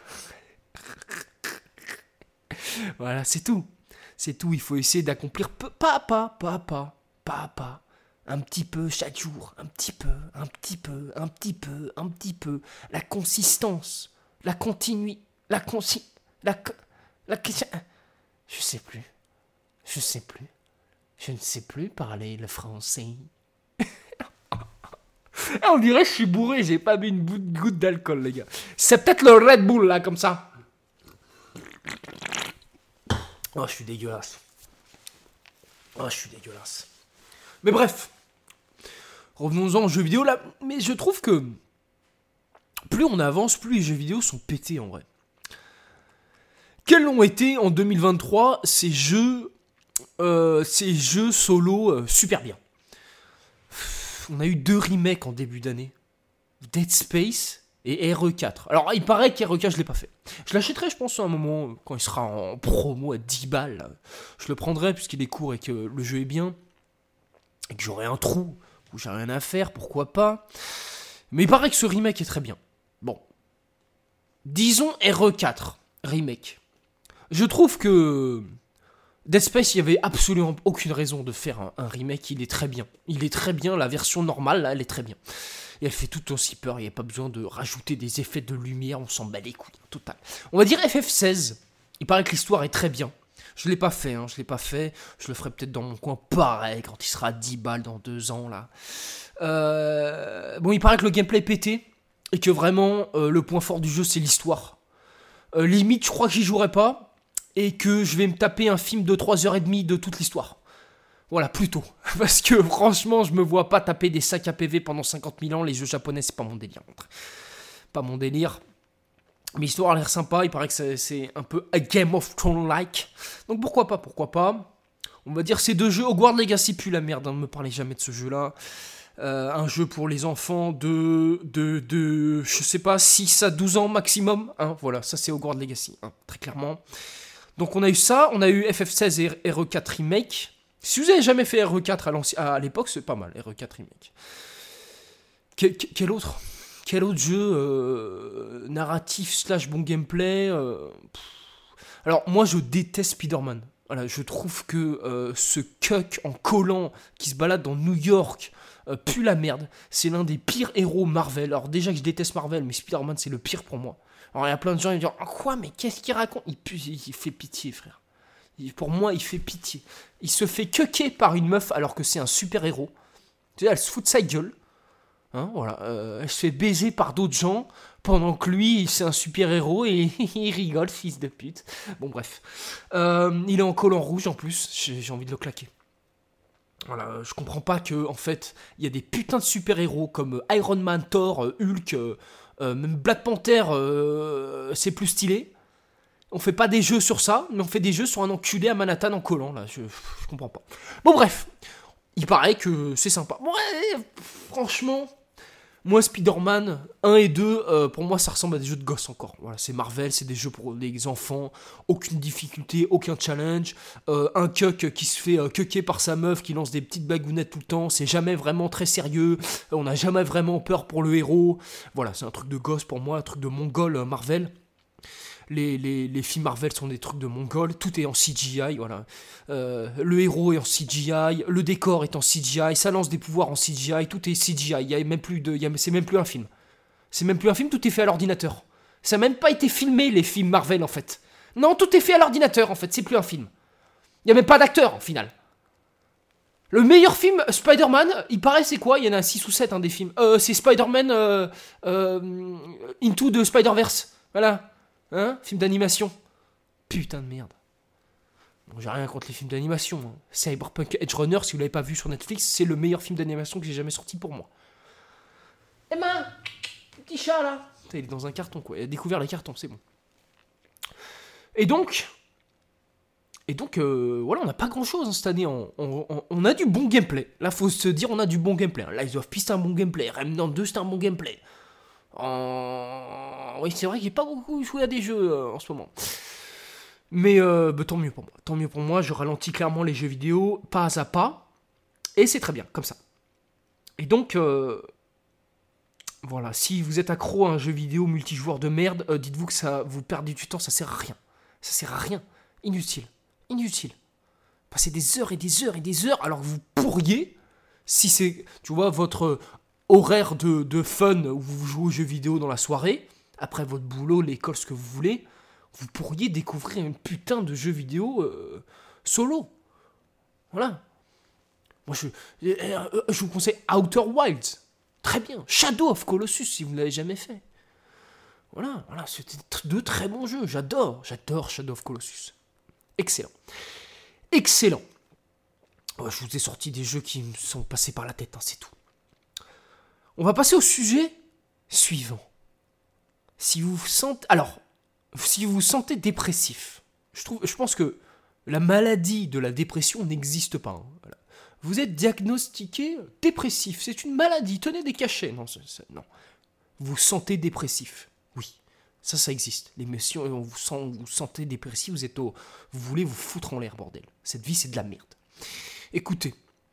Voilà, c'est tout. C'est tout. Il faut essayer d'accomplir peu, pas à pas, pas à pas, pas à pas. Un petit peu chaque jour. Un petit peu, un petit peu, un petit peu, un petit peu. La consistance. La continuité. La consigne... La... La question... Je sais plus. Je sais plus. Je ne sais plus parler le français. Ah, on dirait que je suis bourré, j'ai pas bu une goutte d'alcool, les gars. C'est peut-être le Red Bull, là, comme ça. Oh, je suis dégueulasse. Oh, je suis dégueulasse. Mais bref. Revenons-en aux jeux vidéo, là. Mais je trouve que... plus on avance, plus les jeux vidéo sont pétés, en vrai. Quels ont été, en deux mille vingt-trois, ces jeux... Euh, ces jeux solo euh, super bien. On a eu deux remakes en début d'année. Dead Space et R E quatre. Alors, il paraît qu'R E quatre, je l'ai pas fait. Je l'achèterai, je pense, à un moment, quand il sera en promo à dix balles. Là. Je le prendrai, puisqu'il est court et que le jeu est bien. Et que j'aurai un trou où j'ai rien à faire, pourquoi pas. Mais il paraît que ce remake est très bien. Bon. Disons R E quatre, remake. Je trouve que... Dead Space, il n'y avait absolument aucune raison de faire un, un remake, il est très bien. Il est très bien, la version normale, là, elle est très bien. Et elle fait tout aussi peur, il n'y a pas besoin de rajouter des effets de lumière, on s'en bat les couilles, total. On va dire F F seize, il paraît que l'histoire est très bien. Je ne l'ai pas fait, hein, je l'ai pas fait, je le ferai peut-être dans mon coin pareil, quand il sera à dix balles dans deux ans, là. Euh... Bon, il paraît que le gameplay est pété, et que vraiment, euh, le point fort du jeu, c'est l'histoire. Euh, limite, je crois que j'y jouerai pas, et que je vais me taper un film de trois heures trente de toute l'histoire. Voilà, plutôt. Parce que franchement, je me vois pas taper des sacs à P V pendant cinquante mille ans. Les jeux japonais, c'est pas mon délire. Pas mon délire. Mais l'histoire a l'air sympa. Il paraît que c'est, c'est un peu a Game of Thrones-like. Donc pourquoi pas, pourquoi pas. On va dire ces deux jeux. Hogwarts Legacy pue la merde. Hein, ne me parlez jamais de ce jeu-là. Euh, un jeu pour les enfants de, de, de, je sais pas, six à douze ans maximum. Hein, voilà, ça c'est Hogwarts Legacy. Hein, très clairement. Donc on a eu ça, on a eu F F seize et R E quatre Remake. Si vous avez jamais fait R E quatre à, à l'époque, c'est pas mal, R E quatre Remake. Que, que, quel autre Quel autre jeu euh, narratif slash bon gameplay euh, Alors moi je déteste Spider-Man. Voilà, je trouve que euh, ce cuck en collant qui se balade dans New York euh, pue la merde. C'est l'un des pires héros Marvel. Alors déjà que je déteste Marvel, mais Spider-Man c'est le pire pour moi. Alors il y a plein de gens qui me disent « Quoi, mais qu'est-ce qu'il raconte ?» il, il fait pitié, frère. Il, pour moi, il fait pitié. Il se fait quequer par une meuf alors que c'est un super-héros. Tu sais, elle se fout de sa gueule. Hein, voilà. Euh, elle se fait baiser par d'autres gens pendant que lui, c'est un super-héros et il rigole, fils de pute. Bon, bref. Euh, il est en collant rouge en plus. J'ai, j'ai envie de le claquer. Voilà, je comprends pas que, en fait, il y a des putains de super-héros comme Iron Man, Thor, Hulk... Euh, Euh, même Black Panther, euh, c'est plus stylé. On fait pas des jeux sur ça, mais on fait des jeux sur un enculé à Manhattan en collant, là. Je, je comprends pas. Bon, bref. Il paraît que c'est sympa. Ouais, franchement, moi, Spider-Man un et deux, euh, pour moi, ça ressemble à des jeux de gosses encore. Voilà, c'est Marvel, c'est des jeux pour les enfants. Aucune difficulté, aucun challenge. Euh, un cuck qui se fait euh, cucker par sa meuf, qui lance des petites bagounettes tout le temps. C'est jamais vraiment très sérieux. On n'a jamais vraiment peur pour le héros. Voilà, c'est un truc de gosse pour moi, un truc de mongol euh, Marvel. Les, les, les films Marvel sont des trucs de mongol, tout est en C G I, voilà. Euh, le héros est en C G I, le décor est en C G I, ça lance des pouvoirs en C G I, tout est C G I, il y a même plus de, il y a, c'est même plus un film. C'est même plus un film, tout est fait à l'ordinateur. Ça n'a même pas été filmé, les films Marvel, en fait. Non, tout est fait à l'ordinateur, en fait, c'est plus un film. Il n'y a même pas d'acteur, en final. Le meilleur film, Spider-Man, il paraît, c'est quoi ? Il y en a six ou sept, hein, des films. Euh, c'est Spider-Man euh, euh, Into the Spider-Verse, voilà. Hein ? Film d'animation. Putain de merde. Bon, j'ai rien contre les films d'animation. Hein. Cyberpunk Edge Runner, si vous l'avez pas vu sur Netflix, c'est le meilleur film d'animation que j'ai jamais sorti pour moi. Emma, petit chat là. Putain, il est dans un carton quoi. Il a découvert les cartons, c'est bon. Et donc, et donc, euh, voilà, on n'a pas grand chose hein, cette année. On, on, on, on a du bon gameplay. Là, faut se dire, on a du bon gameplay. Lies of P c'est un bon gameplay. Remnant deux, c'est un bon gameplay. En... Oui, c'est vrai qu'il n'y a pas beaucoup joué à des jeux euh, en ce moment. Mais euh, bah, tant mieux pour moi. Tant mieux pour moi, je ralentis clairement les jeux vidéo, pas à pas. Et c'est très bien, comme ça. Et donc, euh, voilà, si vous êtes accro à un jeu vidéo multijoueur de merde, euh, dites-vous que ça vous perdez du temps, ça sert à rien. Ça sert à rien. Inutile. Inutile. Passer des heures et des heures et des heures, alors que vous pourriez, si c'est, tu vois, votre horaire de, de fun où vous jouez aux jeux vidéo dans la soirée, après votre boulot, l'école, ce que vous voulez, vous pourriez découvrir un putain de jeu vidéo euh, solo. Voilà. Moi, je, euh, je vous conseille Outer Wilds. Très bien. Shadow of Colossus, si vous ne l'avez jamais fait. Voilà, voilà, c'était de très bons jeux. J'adore, j'adore Shadow of Colossus. Excellent. Excellent. Oh, je vous ai sorti des jeux qui me sont passés par la tête, hein, c'est tout. On va passer au sujet suivant. Si vous vous sentez... Alors, si vous vous sentez dépressif, je, trouve, je pense que la maladie de la dépression n'existe pas. Hein, voilà. Vous êtes diagnostiqué dépressif, c'est une maladie, tenez des cachets. Non, c'est, c'est, non. Vous vous sentez dépressif, oui. Ça, ça existe. L'émotion, on vous, sent, vous vous sentez dépressif, vous êtes au... Vous voulez vous foutre en l'air, bordel. Cette vie, c'est de la merde. Écoutez.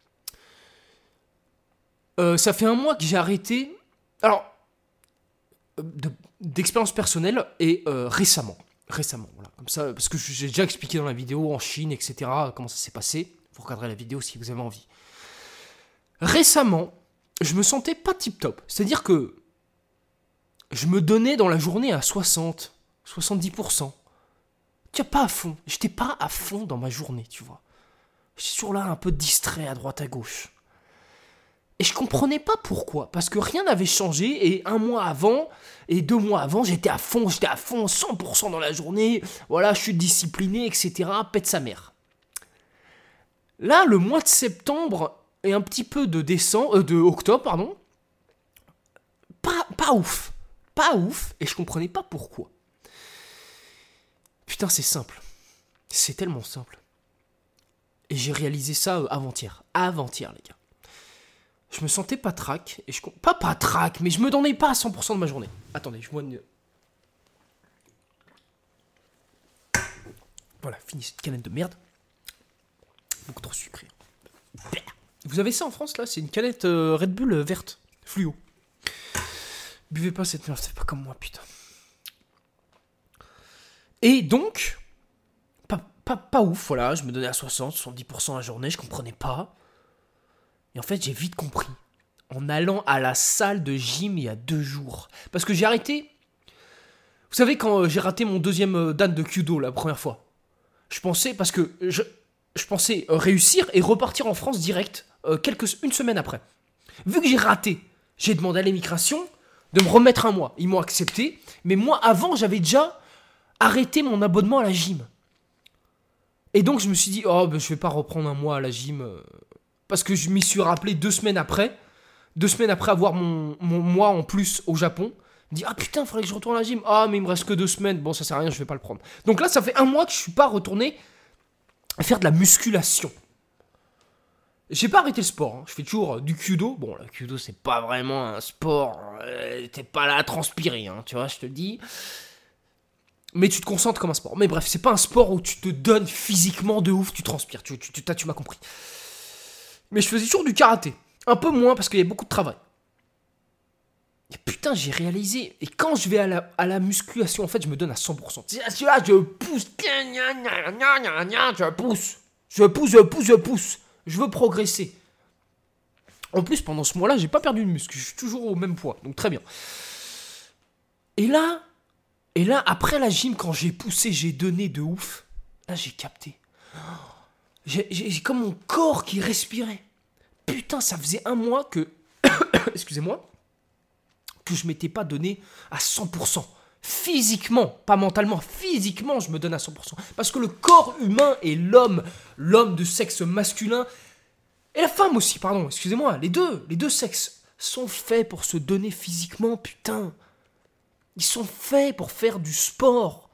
Euh, ça fait un mois que j'ai arrêté... Alors, de, d'expérience personnelle et euh, récemment. Récemment, voilà. Comme ça, parce que j'ai déjà expliqué dans la vidéo en Chine, et cetera, comment ça s'est passé. Vous regarderez la vidéo si vous avez envie. Récemment, je me sentais pas tip-top. C'est-à-dire que je me donnais dans la journée à soixante, soixante-dix pour cent. Tu vois, pas à fond. J'étais pas à fond dans ma journée, tu vois. J'étais toujours là un peu distrait à droite à gauche. Et je comprenais pas pourquoi. Parce que rien n'avait changé. Et un mois avant, et deux mois avant, j'étais à fond, j'étais à fond, cent pour cent dans la journée. Voilà, je suis discipliné, et cetera. Pète sa mère. Là, le mois de septembre et un petit peu de décembre, euh, de octobre, pardon. Pas, pas ouf. Pas ouf. Et je comprenais pas pourquoi. Putain, c'est simple. C'est tellement simple. Et j'ai réalisé ça euh, avant-hier. Avant-hier, les gars. Je me sentais pas trac. Et je... Pas pas trac, mais je me donnais pas à cent pour cent de ma journée. Attendez, je vois une... Voilà, fini cette canette de merde. Beaucoup trop sucré. Vous avez ça en France, là? C'est une canette euh, Red Bull euh, verte. Fluo. Buvez pas cette merde, c'est pas comme moi, putain. Et donc... Pas, pas, pas ouf, voilà. Je me donnais à soixante, soixante-dix pour cent la journée, je comprenais pas. Et en fait, j'ai vite compris. En allant à la salle de gym il y a deux jours. Parce que j'ai arrêté... Vous savez, quand euh, j'ai raté mon deuxième euh, dan de Kudo, la première fois, je pensais... Parce que je, je pensais euh, réussir et repartir en France direct, euh, quelques, une semaine après. Vu que j'ai raté, j'ai demandé à l'immigration de me remettre un mois. Ils m'ont accepté. Mais moi, avant, j'avais déjà arrêté mon abonnement à la gym. Et donc, je me suis dit, oh, ben, je vais pas reprendre un mois à la gym... Euh, parce que je m'y suis rappelé deux semaines après. Deux semaines après avoir mon, mon mois en plus au Japon. Je me dis, ah putain, il faudrait que je retourne à la gym. Ah, mais il me reste que deux semaines. Bon, ça sert à rien, je vais pas le prendre. Donc là, ça fait un mois que je suis pas retourné faire de la musculation. J'ai pas arrêté le sport. Hein. Je fais toujours euh, du kudo. Bon, le kudo, c'est pas vraiment un sport. Euh, t'es pas là à transpirer, hein, tu vois, je te le dis. Mais tu te concentres comme un sport. Mais bref, c'est pas un sport où tu te donnes physiquement de ouf, tu transpires. Tu, tu, tu, tu m'as compris. Mais je faisais toujours du karaté. Un peu moins parce qu'il y avait beaucoup de travail. Et putain, j'ai réalisé. Et quand je vais à la, à la musculation, en fait, je me donne à cent pour cent. C'est là, je pousse. Je pousse. Je pousse, je pousse, je pousse. Je veux progresser. En plus, pendant ce mois-là, j'ai pas perdu de muscle. Je suis toujours au même poids. Donc très bien. Et là, et là, après la gym, quand j'ai poussé, j'ai donné de ouf. Là, j'ai capté. J'ai, j'ai, j'ai comme mon corps qui respirait. Putain, ça faisait un mois que... Excusez-moi. Que je m'étais pas donné à cent pour cent. Physiquement, pas mentalement. Physiquement, je me donne à cent pour cent. Parce que le corps humain et l'homme, l'homme de sexe masculin, et la femme aussi, pardon, excusez-moi, les deux, les deux sexes sont faits pour se donner physiquement, putain. Ils sont faits pour faire du sport.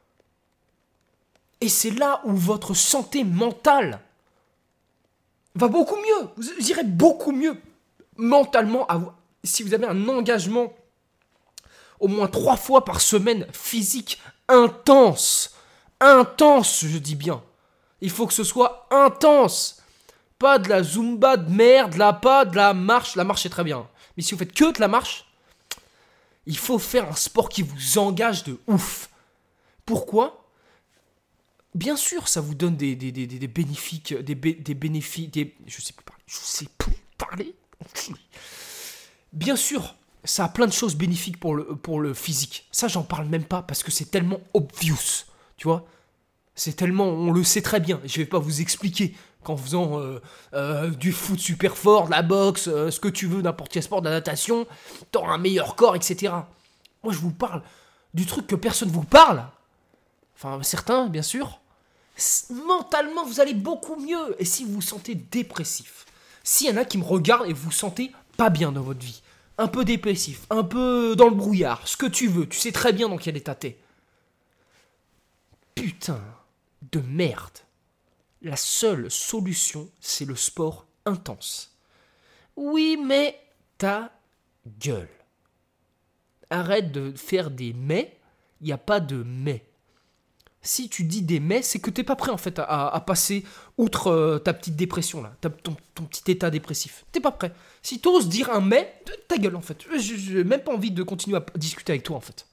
Et c'est là où votre santé mentale va beaucoup mieux. Vous irez beaucoup mieux mentalement à vous, si vous avez un engagement au moins trois fois par semaine physique intense. Intense, je dis bien. Il faut que ce soit intense. Pas de la zumba de merde, là, pas de la marche. La marche, c'est très bien. Mais si vous faites que de la marche, il faut faire un sport qui vous engage de ouf. Pourquoi ? Bien sûr, ça vous donne des, des, des, des bénéfices, des, bé, des bénéfices, des... Je sais plus parler, je sais plus parler. Bien sûr, ça a plein de choses bénéfiques pour le, pour le physique. Ça, j'en parle même pas parce que c'est tellement obvious. Tu vois ? C'est tellement, on le sait très bien. Je vais pas vous expliquer qu'en faisant euh, euh, du foot super fort, de la boxe, euh, ce que tu veux, n'importe quel sport, de la natation, t'auras un meilleur corps, et cetera. Moi, je vous parle du truc que personne vous parle. Enfin, certains, bien sûr. Mentalement, vous allez beaucoup mieux. Et si vous vous sentez dépressif, s'il y en a qui me regardent et vous vous sentez pas bien dans votre vie, un peu dépressif, un peu dans le brouillard, ce que tu veux, tu sais très bien dans quel état t'es. Putain de merde. La seule solution, c'est le sport intense. Oui, mais ta gueule. Arrête de faire des mais, il n'y a pas de mais. Si tu dis des mais, c'est que t'es pas prêt en fait à, à, à passer outre euh, ta petite dépression là, ta, ton, ton petit état dépressif. T'es pas prêt. Si t'oses dire un mais, ta gueule en fait. J'ai même pas envie de continuer à discuter avec toi en fait.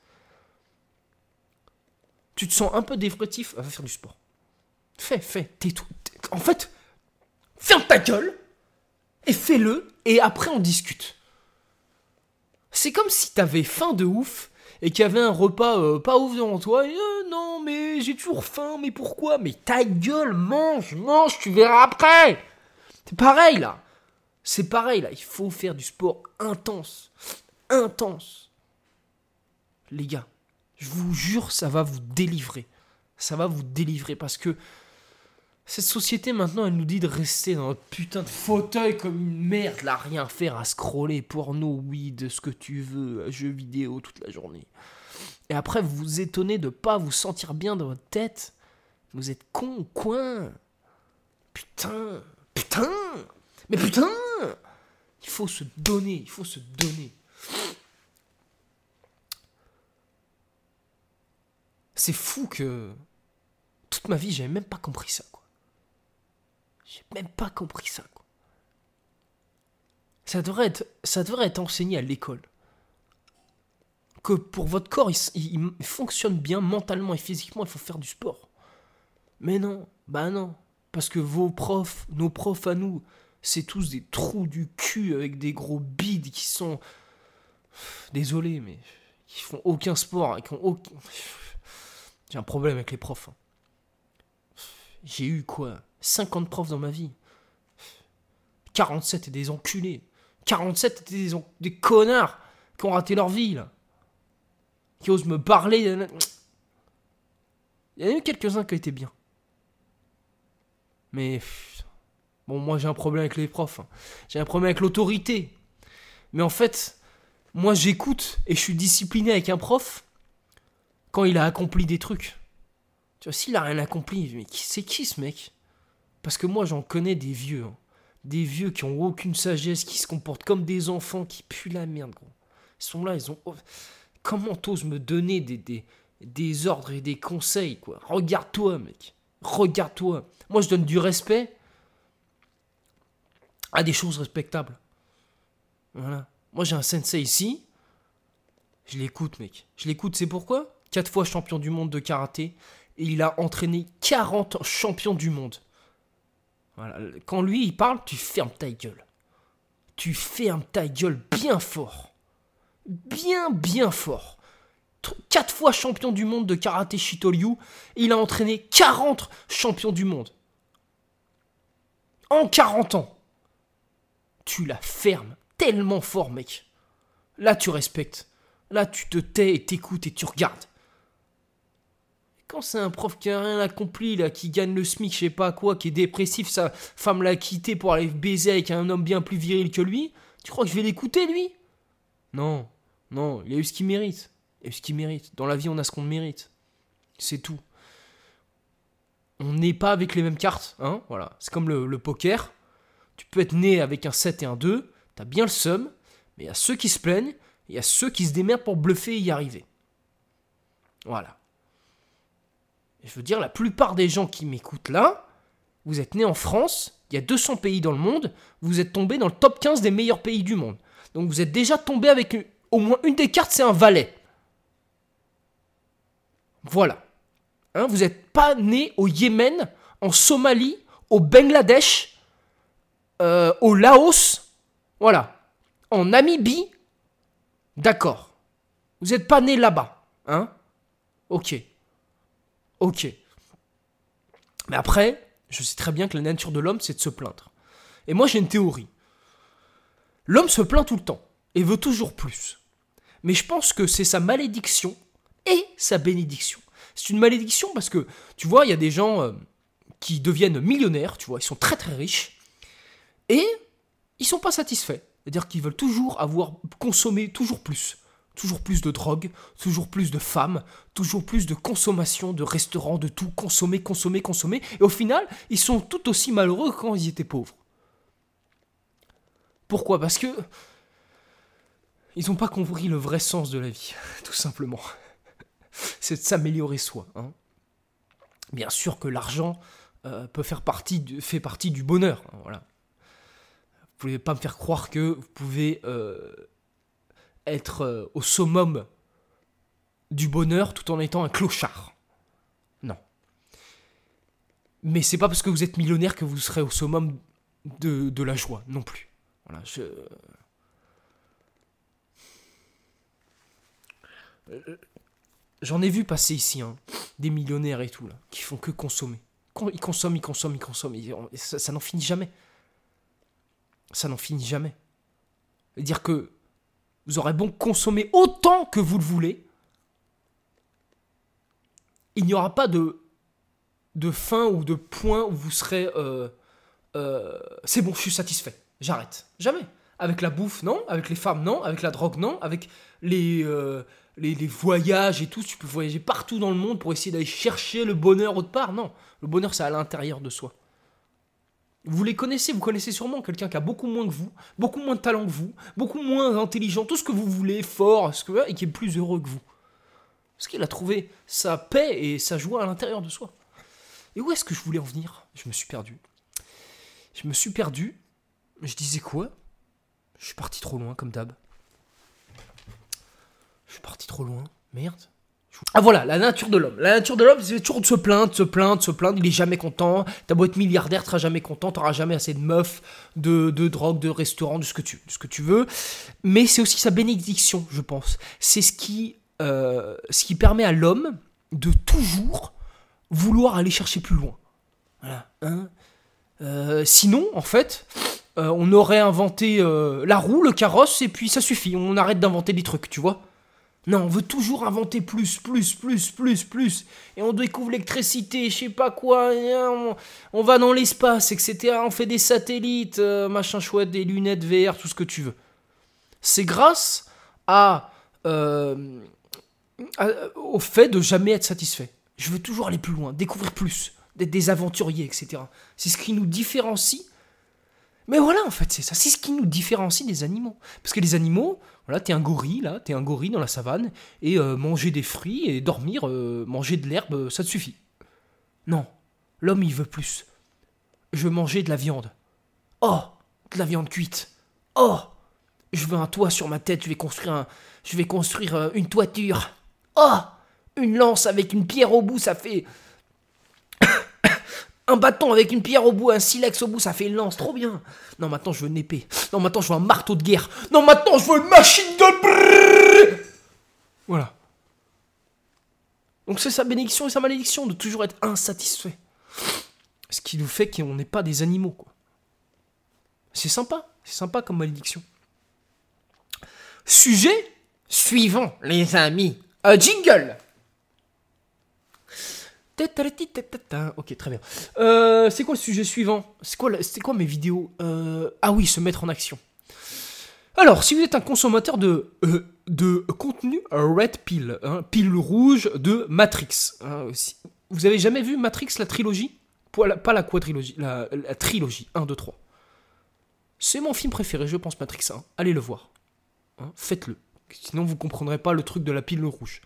Tu te sens un peu dépressif, va faire du sport. Fais, fais, t'es tout. T'es, en fait, ferme ta gueule et fais-le et après on discute. C'est comme si t'avais faim de ouf et qu'il y avait un repas euh, pas ouf devant toi. Et, euh, non, mais j'ai toujours faim, mais pourquoi ? Mais ta gueule, mange, mange, tu verras après. C'est pareil là. C'est pareil là. Il faut faire du sport intense. Intense. Les gars, je vous jure, ça va vous délivrer. Ça va vous délivrer parce que cette société maintenant, elle nous dit de rester dans notre putain de fauteuil comme une merde, là, rien faire, à scroller, porno, weed, ce que tu veux, jeux vidéo toute la journée. Et après, vous vous étonnez de pas vous sentir bien dans votre tête. Vous êtes con ou quoi ? Putain, putain, mais putain ! Il faut se donner, il faut se donner. C'est fou que toute ma vie, j'avais même pas compris ça, quoi. J'ai même pas compris ça, quoi. Ça devrait être, ça devrait être enseigné à l'école. Que pour votre corps, il, il, il fonctionne bien mentalement et physiquement, il faut faire du sport. Mais non, bah non. Parce que vos profs, nos profs à nous, c'est tous des trous du cul avec des gros bides qui sont... Désolé, mais qui font aucun sport, qui ont aucun... J'ai un problème avec les profs. J'ai eu quoi ? cinquante profs dans ma vie. quarante-sept et des enculés. quarante-sept étaient des, en... des connards qui ont raté leur vie, là. Qui osent me parler. Il y en a eu quelques-uns qui étaient bien. Mais... Bon, moi j'ai un problème avec les profs. Hein. J'ai un problème avec l'autorité. Mais en fait, moi j'écoute et je suis discipliné avec un prof quand il a accompli des trucs. Tu vois, s'il a rien accompli, mais c'est qui ce mec ? Parce que moi j'en connais des vieux. Hein. Des vieux qui ont aucune sagesse, qui se comportent comme des enfants, qui puent la merde, gros. Ils sont là, ils ont... Comment t'oses me donner des, des, des ordres et des conseils, quoi ? Regarde-toi, mec. Regarde-toi. Moi je donne du respect à des choses respectables. Voilà. Moi j'ai un sensei ici. Je l'écoute, mec. Je l'écoute, c'est pourquoi ? Quatre fois champion du monde de karaté. Et il a entraîné quarante champions du monde. Voilà. Quand lui, il parle, tu fermes ta gueule. Tu fermes ta gueule bien fort. Bien, bien fort. Quatre fois champion du monde de karaté Shitoryu. Et il a entraîné quarante champions du monde. En quarante ans. Tu la fermes tellement fort, mec. Là, tu respectes. Là, tu te tais et t'écoutes et tu regardes. Quand c'est un prof qui a rien accompli, là, qui gagne le SMIC, je sais pas quoi, qui est dépressif, sa femme l'a quitté pour aller baiser avec un homme bien plus viril que lui, tu crois que je vais l'écouter, lui ? Non, non, il a eu ce qu'il mérite. Il a eu ce qu'il mérite. Dans la vie, on a ce qu'on mérite. C'est tout. On n'est pas avec les mêmes cartes, hein, voilà. C'est comme le, le poker. Tu peux être né avec un sept et un deux, t'as bien le seum, mais il y a ceux qui se plaignent, et il y a ceux qui se démerdent pour bluffer et y arriver. Voilà. Et je veux dire, la plupart des gens qui m'écoutent là, vous êtes nés en France, il y a deux cents pays dans le monde, vous êtes tombés dans le top quinze des meilleurs pays du monde. Donc vous êtes déjà tombés avec une, au moins une des cartes, c'est un valet. Voilà. Hein, vous n'êtes pas nés au Yémen, en Somalie, au Bangladesh, Euh, au Laos, voilà, en Namibie, d'accord. Vous n'êtes pas né là-bas, hein ? Ok. Ok. Mais après, je sais très bien que la nature de l'homme, c'est de se plaindre. Et moi, j'ai une théorie. L'homme se plaint tout le temps et veut toujours plus. Mais je pense que c'est sa malédiction et sa bénédiction. C'est une malédiction parce que, tu vois, il y a des gens euh, qui deviennent millionnaires, tu vois, ils sont très très riches, et ils sont pas satisfaits. C'est-à-dire qu'ils veulent toujours avoir, consommer toujours plus. Toujours plus de drogue, toujours plus de femmes, toujours plus de consommation, de restaurants, de tout, consommer, consommer, consommer. Et au final, ils sont tout aussi malheureux que quand ils étaient pauvres. Pourquoi ? Parce que ils n'ont pas compris le vrai sens de la vie, tout simplement. C'est de s'améliorer soi. Hein. Bien sûr que l'argent euh, peut faire partie du, fait partie du bonheur. Hein, voilà. Vous ne pouvez pas me faire croire que vous pouvez euh, être euh, au summum du bonheur tout en étant un clochard. Non. Mais c'est pas parce que vous êtes millionnaire que vous serez au summum de, de la joie non plus. Voilà, je... J'en ai vu passer ici, hein, des millionnaires et tout, là, qui font que consommer. Ils consomment, ils consomment, ils consomment. Et ça, ça n'en finit jamais. Ça n'en finit jamais. C'est-à-dire que vous aurez bon consommer autant que vous le voulez. Il n'y aura pas de, de fin ou de point où vous serez... Euh, euh, c'est bon, je suis satisfait. J'arrête. Jamais. Avec la bouffe, non. Avec les femmes, non. Avec la drogue, non. Avec les... Euh, Les, les voyages et tout, tu peux voyager partout dans le monde pour essayer d'aller chercher le bonheur autre part. Non, le bonheur c'est à l'intérieur de soi. Vous les connaissez, vous connaissez sûrement quelqu'un qui a beaucoup moins que vous, beaucoup moins de talent que vous, beaucoup moins intelligent, tout ce que vous voulez, fort, ce que, et qui est plus heureux que vous. Parce qu'il a trouvé sa paix et sa joie à l'intérieur de soi. Et où est-ce que je voulais en venir ? Je me suis perdu. Je me suis perdu. Je disais quoi ? Je suis parti trop loin comme d'hab. Je suis parti trop loin, merde. Ah voilà, la nature de l'homme. La nature de l'homme, c'est toujours de se plaindre, de se plaindre, de se plaindre. Il est jamais content. T'as beau être milliardaire, tu seras jamais content. T'auras jamais assez de meufs, de, de drogue, de restaurants, de ce que tu, de ce que tu veux. Mais c'est aussi sa bénédiction, je pense. C'est ce qui, euh, ce qui permet à l'homme de toujours vouloir aller chercher plus loin. Voilà. Hein euh, sinon, en fait, euh, on aurait inventé euh, la roue, le carrosse, et puis ça suffit. On arrête d'inventer des trucs, tu vois. Non, on veut toujours inventer plus, plus, plus, plus, plus. Et on découvre l'électricité, je sais pas quoi. On, on va dans l'espace, et cetera. On fait des satellites, euh, machin chouette, des lunettes V R, tout ce que tu veux. C'est grâce à, euh, à, au fait de jamais être satisfait. Je veux toujours aller plus loin, découvrir plus, d'être des aventuriers, et cetera. C'est ce qui nous différencie. Mais voilà, en fait, c'est ça. C'est ce qui nous différencie des animaux. Parce que les animaux... Voilà, t'es un gorille, là, t'es un gorille dans la savane, et euh, manger des fruits et dormir, euh, manger de l'herbe, ça te suffit. Non, l'homme, il veut plus. Je veux manger de la viande. Oh, de la viande cuite. Oh, je veux un toit sur ma tête, je vais construire, un, je vais construire euh, une toiture. Oh, une lance avec une pierre au bout, ça fait... Un bâton avec une pierre au bout, un silex au bout, ça fait une lance, trop bien. Non, maintenant je veux une épée. Non, maintenant je veux un marteau de guerre. Non, maintenant je veux une machine gun. Brrr. Voilà. Donc c'est sa bénédiction et sa malédiction de toujours être insatisfait. Ce qui nous fait qu'on n'est pas des animaux, quoi. C'est sympa, c'est sympa comme malédiction. Sujet suivant, les amis. Un jingle. Ok, très bien. Euh, c'est quoi le sujet suivant ? C'est quoi, c'est quoi mes vidéos ? euh, Ah oui, se mettre en action. Alors, si vous êtes un consommateur de, euh, de contenu Red Pill, hein, pile rouge de Matrix, hein, si, vous avez jamais vu Matrix, la trilogie ? Pas la quadrilogie, la, la trilogie, un, deux, trois. C'est mon film préféré, je pense, Matrix un. Allez le voir. Hein, faites-le. Sinon, vous comprendrez pas le truc de la pile rouge.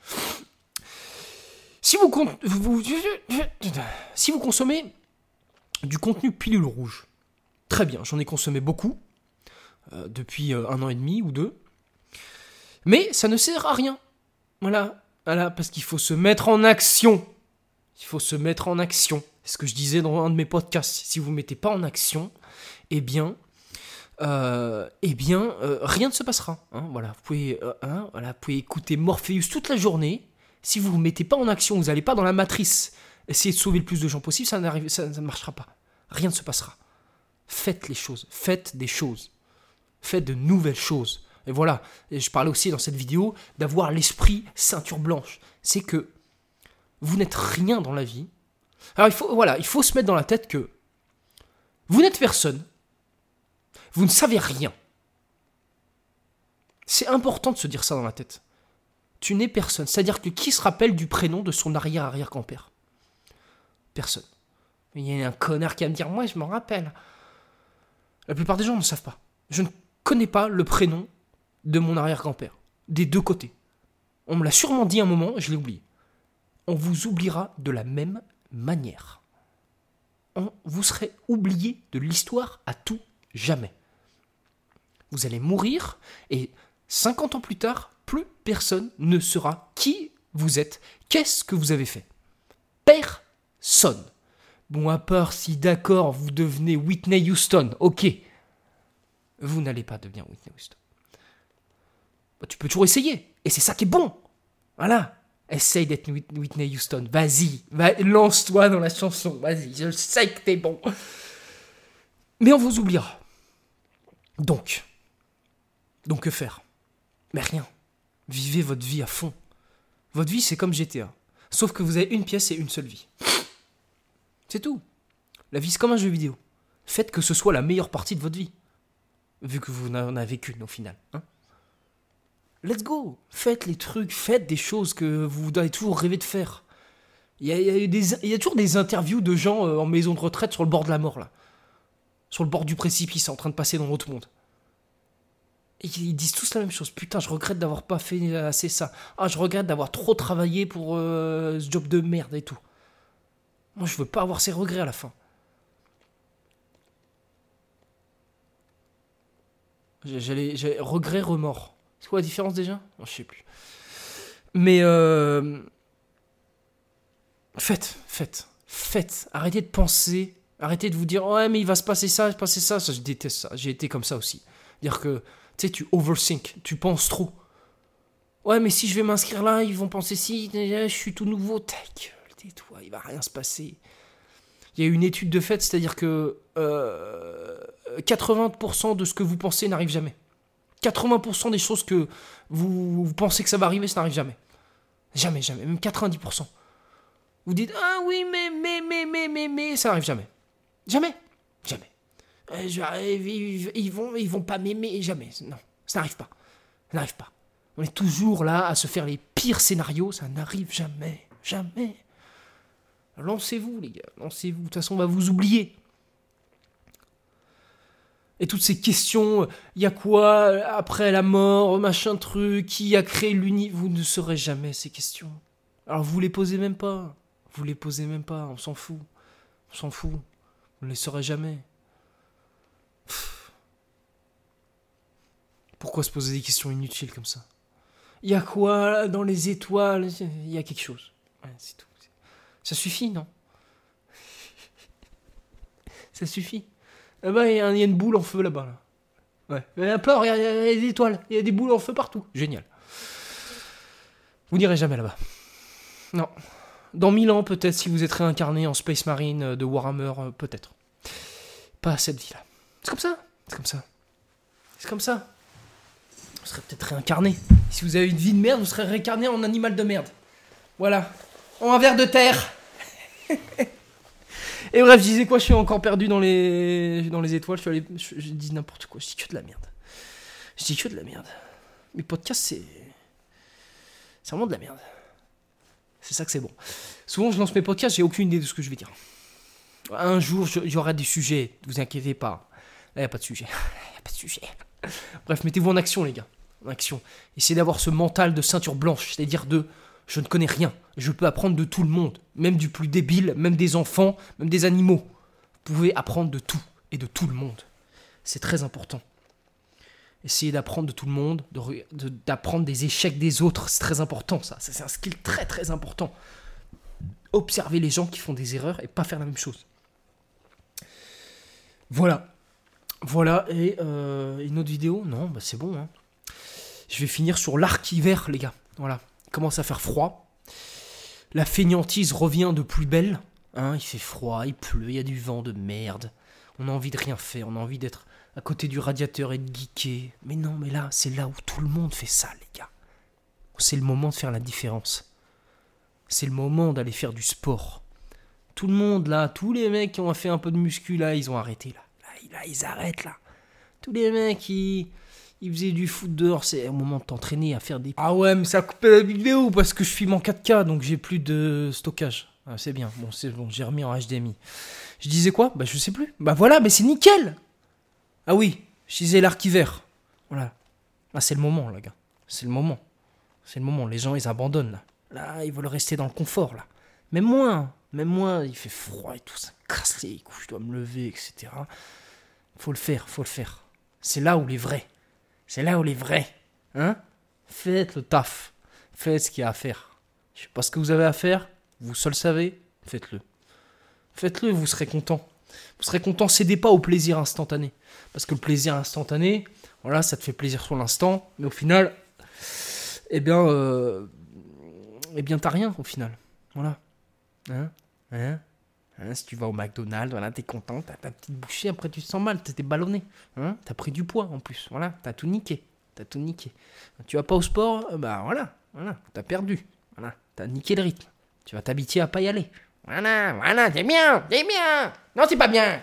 Si vous, vous, si vous consommez du contenu pilule rouge, très bien, j'en ai consommé beaucoup, euh, depuis euh, un an et demi ou deux, mais ça ne sert à rien. Voilà, voilà, parce qu'il faut se mettre en action. Il faut se mettre en action. C'est ce que je disais dans un de mes podcasts. Si vous ne mettez pas en action, eh bien, euh, eh bien, euh, rien ne se passera. Hein, voilà, vous pouvez, euh, hein, voilà, vous pouvez écouter Morpheus toute la journée. Si vous ne vous mettez pas en action, vous n'allez pas dans la matrice, essayer de sauver le plus de gens possible, ça, ça, ça ne marchera pas. Rien ne se passera. Faites les choses, faites des choses. Faites de nouvelles choses. Et voilà, et je parlais aussi dans cette vidéo d'avoir l'esprit ceinture blanche. C'est que vous n'êtes rien dans la vie. Alors il faut, voilà, il faut se mettre dans la tête que vous n'êtes personne. Vous ne savez rien. C'est important de se dire ça dans la tête. Tu n'es personne. C'est-à-dire que qui se rappelle du prénom de son arrière-arrière-grand-père? Personne. Il y a un connard qui va me dire, moi je m'en rappelle. La plupart des gens ne savent pas. Je ne connais pas le prénom de mon arrière-grand-père. Des deux côtés. On me l'a sûrement dit un moment, je l'ai oublié. On vous oubliera de la même manière. On, vous serez oublié de l'histoire à tout jamais. Vous allez mourir et cinquante ans plus tard, plus personne ne saura qui vous êtes, qu'est-ce que vous avez fait. Personne. Bon, à part si d'accord, vous devenez Whitney Houston, ok. Vous n'allez pas devenir Whitney Houston. Bah, tu peux toujours essayer, et c'est ça qui est bon. Voilà. Essaye d'être Whitney Houston. Vas-y, va, lance-toi dans la chanson. Vas-y, je sais que t'es bon. Mais on vous oubliera. Donc, donc que faire? Mais rien. Vivez votre vie à fond. Votre vie, c'est comme G T A. Sauf que vous avez une pièce et une seule vie. C'est tout. La vie, c'est comme un jeu vidéo. Faites que ce soit la meilleure partie de votre vie. Vu que vous n'en avez qu'une au final. Hein? Let's go. Faites les trucs, faites des choses que vous avez toujours rêvé de faire. Il y a, il y a, des, il y a toujours des interviews de gens euh, en maison de retraite sur le bord de la mort, là. Sur le bord du précipice, en train de passer dans l'autre monde. Et ils disent tous la même chose. Putain, je regrette d'avoir pas fait assez ça. Ah, je regrette d'avoir trop travaillé pour euh, ce job de merde et tout. Moi, je veux pas avoir ces regrets à la fin. J'allais, j'allais regret, remords. C'est quoi la différence déjà? oh, Je sais plus. Mais euh... faites, faites, faites. Arrêtez de penser. Arrêtez de vous dire ouais mais il va se passer ça, il va se passer ça. Ça, je déteste ça. J'ai été comme ça aussi. Dire que tu sais, tu overthink, tu penses trop. Ouais mais si je vais m'inscrire là, ils vont penser si je suis tout nouveau. Ta gueule, tais-toi, il va rien se passer. Il y a une étude de fait, c'est-à-dire que euh, quatre-vingts pour cent de ce que vous pensez n'arrive jamais. quatre-vingts pour cent des choses que vous, vous pensez que ça va arriver, ça n'arrive jamais. Jamais, jamais. Même quatre-vingt-dix pour cent. Vous dites, ah oui, mais, mais, mais, mais, mais, mais, ça n'arrive jamais. Jamais. Jamais. Euh, j'arrive, ils, ils, vont, ils vont pas m'aimer, jamais. Non, ça n'arrive pas. Ça n'arrive pas. On est toujours là à se faire les pires scénarios, ça n'arrive jamais. Jamais. Lancez-vous, les gars. Lancez-vous. De toute façon, on va vous oublier. Et toutes ces questions, il y a quoi après la mort, machin truc, qui a créé l'univers, vous ne saurez jamais ces questions. Alors vous les posez même pas, vous les posez même pas, on s'en fout, on s'en fout, vous ne les saurez jamais. Pff. Pourquoi se poser des questions inutiles comme ça? Il y a quoi dans les étoiles? Il y a quelque chose, ouais, c'est tout. Ça suffit, non? Ça suffit. Là-bas, il y a une boule en feu là-bas. Là. Ouais. Il y a plein, il y a des étoiles, il y a des boules en feu partout. Génial. Vous n'irez jamais là-bas. Non. Dans mille ans, peut-être, si vous êtes réincarné en Space Marine de Warhammer, peut-être. Pas à cette vie-là. C'est comme ça. C'est comme ça. C'est comme ça. Vous serez peut-être réincarné. Si vous avez une vie de merde, vous serez réincarné en animal de merde. Voilà. En un ver de terre. Et bref, je disais quoi, je suis encore perdu dans les, dans les étoiles, je, suis allé... je, je dis n'importe quoi, je dis que de la merde. Je dis que de la merde. Mes podcasts, c'est... C'est vraiment de la merde. C'est ça que c'est bon. Souvent, je lance mes podcasts, j'ai aucune idée de ce que je vais dire. Un jour, j'aurai des sujets, ne vous inquiétez pas. Là, il n'y a pas de sujet. Il n'y a pas de sujet. Bref, mettez-vous en action, les gars. En action. Essayez d'avoir ce mental de ceinture blanche, c'est-à-dire de... Je ne connais rien, je peux apprendre de tout le monde, même du plus débile, même des enfants, même des animaux. Vous pouvez apprendre de tout et de tout le monde. C'est très important. Essayez d'apprendre de tout le monde, de, de, d'apprendre des échecs des autres, c'est très important ça. ça. C'est un skill très très important. Observer les gens qui font des erreurs et pas faire la même chose. Voilà. Voilà, et euh, une autre vidéo? Non, bah c'est bon. Hein. Je vais finir sur l'arc hiver, les gars. Voilà. Il commence à faire froid. La fainéantise revient de plus belle. Hein, il fait froid, il pleut, il y a du vent de merde. On a envie de rien faire, on a envie d'être à côté du radiateur et de geeker. Mais non, mais là, c'est là où tout le monde fait ça, les gars. C'est le moment de faire la différence. C'est le moment d'aller faire du sport. Tout le monde, là, tous les mecs qui ont fait un peu de muscu, là, ils ont arrêté, là. Là, là ils arrêtent, là. Tous les mecs, ils, ils faisaient du foot dehors. C'est au moment de t'entraîner à faire des... Ah ouais, mais ça a coupé la vidéo parce que je filme en quatre K, donc j'ai plus de stockage. Ah, c'est bien, bon, c'est bon, j'ai remis en H D M I. Je disais quoi? Bah, je sais plus. Bah voilà, mais c'est nickel. Ah oui, je disais l'arc-hiver. Voilà. Là, c'est le moment, là, gars. C'est le moment. C'est le moment. Les gens, ils abandonnent, là. Là, ils veulent rester dans le confort, là. Même moi, même moi, il fait froid et tout, ça me casse les couilles, je dois me lever, et cetera. Faut le faire, faut le faire. C'est là où les vrais. C'est là où les vrais. Hein? Faites le taf. Faites ce qu'il y a à faire. Je sais pas ce que vous avez à faire. Vous seul savez. Faites-le. Faites-le, vous serez content. Vous serez content, cédez pas au plaisir instantané. Parce que le plaisir instantané, voilà, ça te fait plaisir sur l'instant, mais au final, eh bien, euh, eh bien, t'as rien au final. Voilà. Hein, hein, hein, si tu vas au McDonald's, voilà, t'es content, t'as ta petite bouchée, après tu te sens mal, t'es ballonné. Hein, t'as pris du poids en plus, voilà, t'as tout niqué. T'as tout niqué. Tu vas pas au sport, euh, bah voilà, voilà, t'as perdu. Voilà, t'as niqué le rythme. Tu vas t'habituer à pas y aller. Voilà, voilà, c'est bien, c'est bien. Non, c'est pas bien.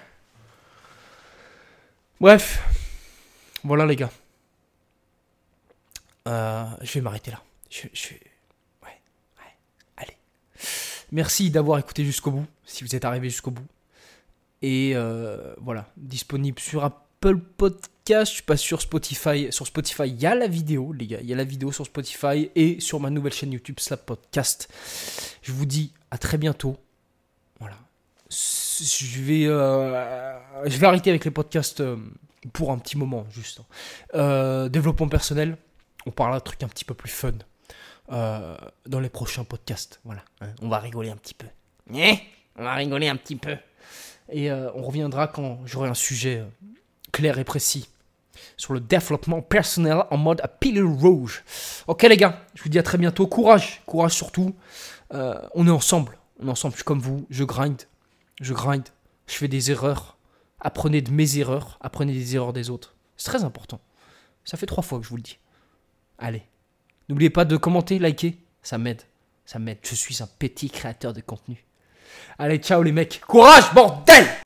Bref, voilà les gars. Euh, je vais m'arrêter là. Je, je... Ouais, ouais, allez. Merci d'avoir écouté jusqu'au bout, si vous êtes arrivé jusqu'au bout. Et euh, voilà, disponible sur Apple Podcast, je suis pas sur Spotify. Sur Spotify, il y a la vidéo, les gars. Il y a la vidéo sur Spotify et sur ma nouvelle chaîne YouTube, Slap Podcast. Je vous dis à très bientôt. Voilà. Je vais, euh, je vais arrêter avec les podcasts euh, pour un petit moment, juste. Euh, développement personnel, on parlera de trucs un petit peu plus fun euh, dans les prochains podcasts. Voilà. Hein, on va rigoler un petit peu. Eh, on va rigoler un petit peu. Et euh, on reviendra quand j'aurai un sujet euh, clair et précis sur le développement personnel en mode à pile rouge. Ok les gars, je vous dis à très bientôt. Courage, courage surtout. Euh, on est ensemble. On est ensemble, je suis comme vous, je grind, je grind, je fais des erreurs. Apprenez de mes erreurs, apprenez des erreurs des autres. C'est très important. Ça fait trois fois que je vous le dis. Allez, n'oubliez pas de commenter, liker, ça m'aide, ça m'aide. Je suis un petit créateur de contenu. Allez, ciao les mecs, courage bordel!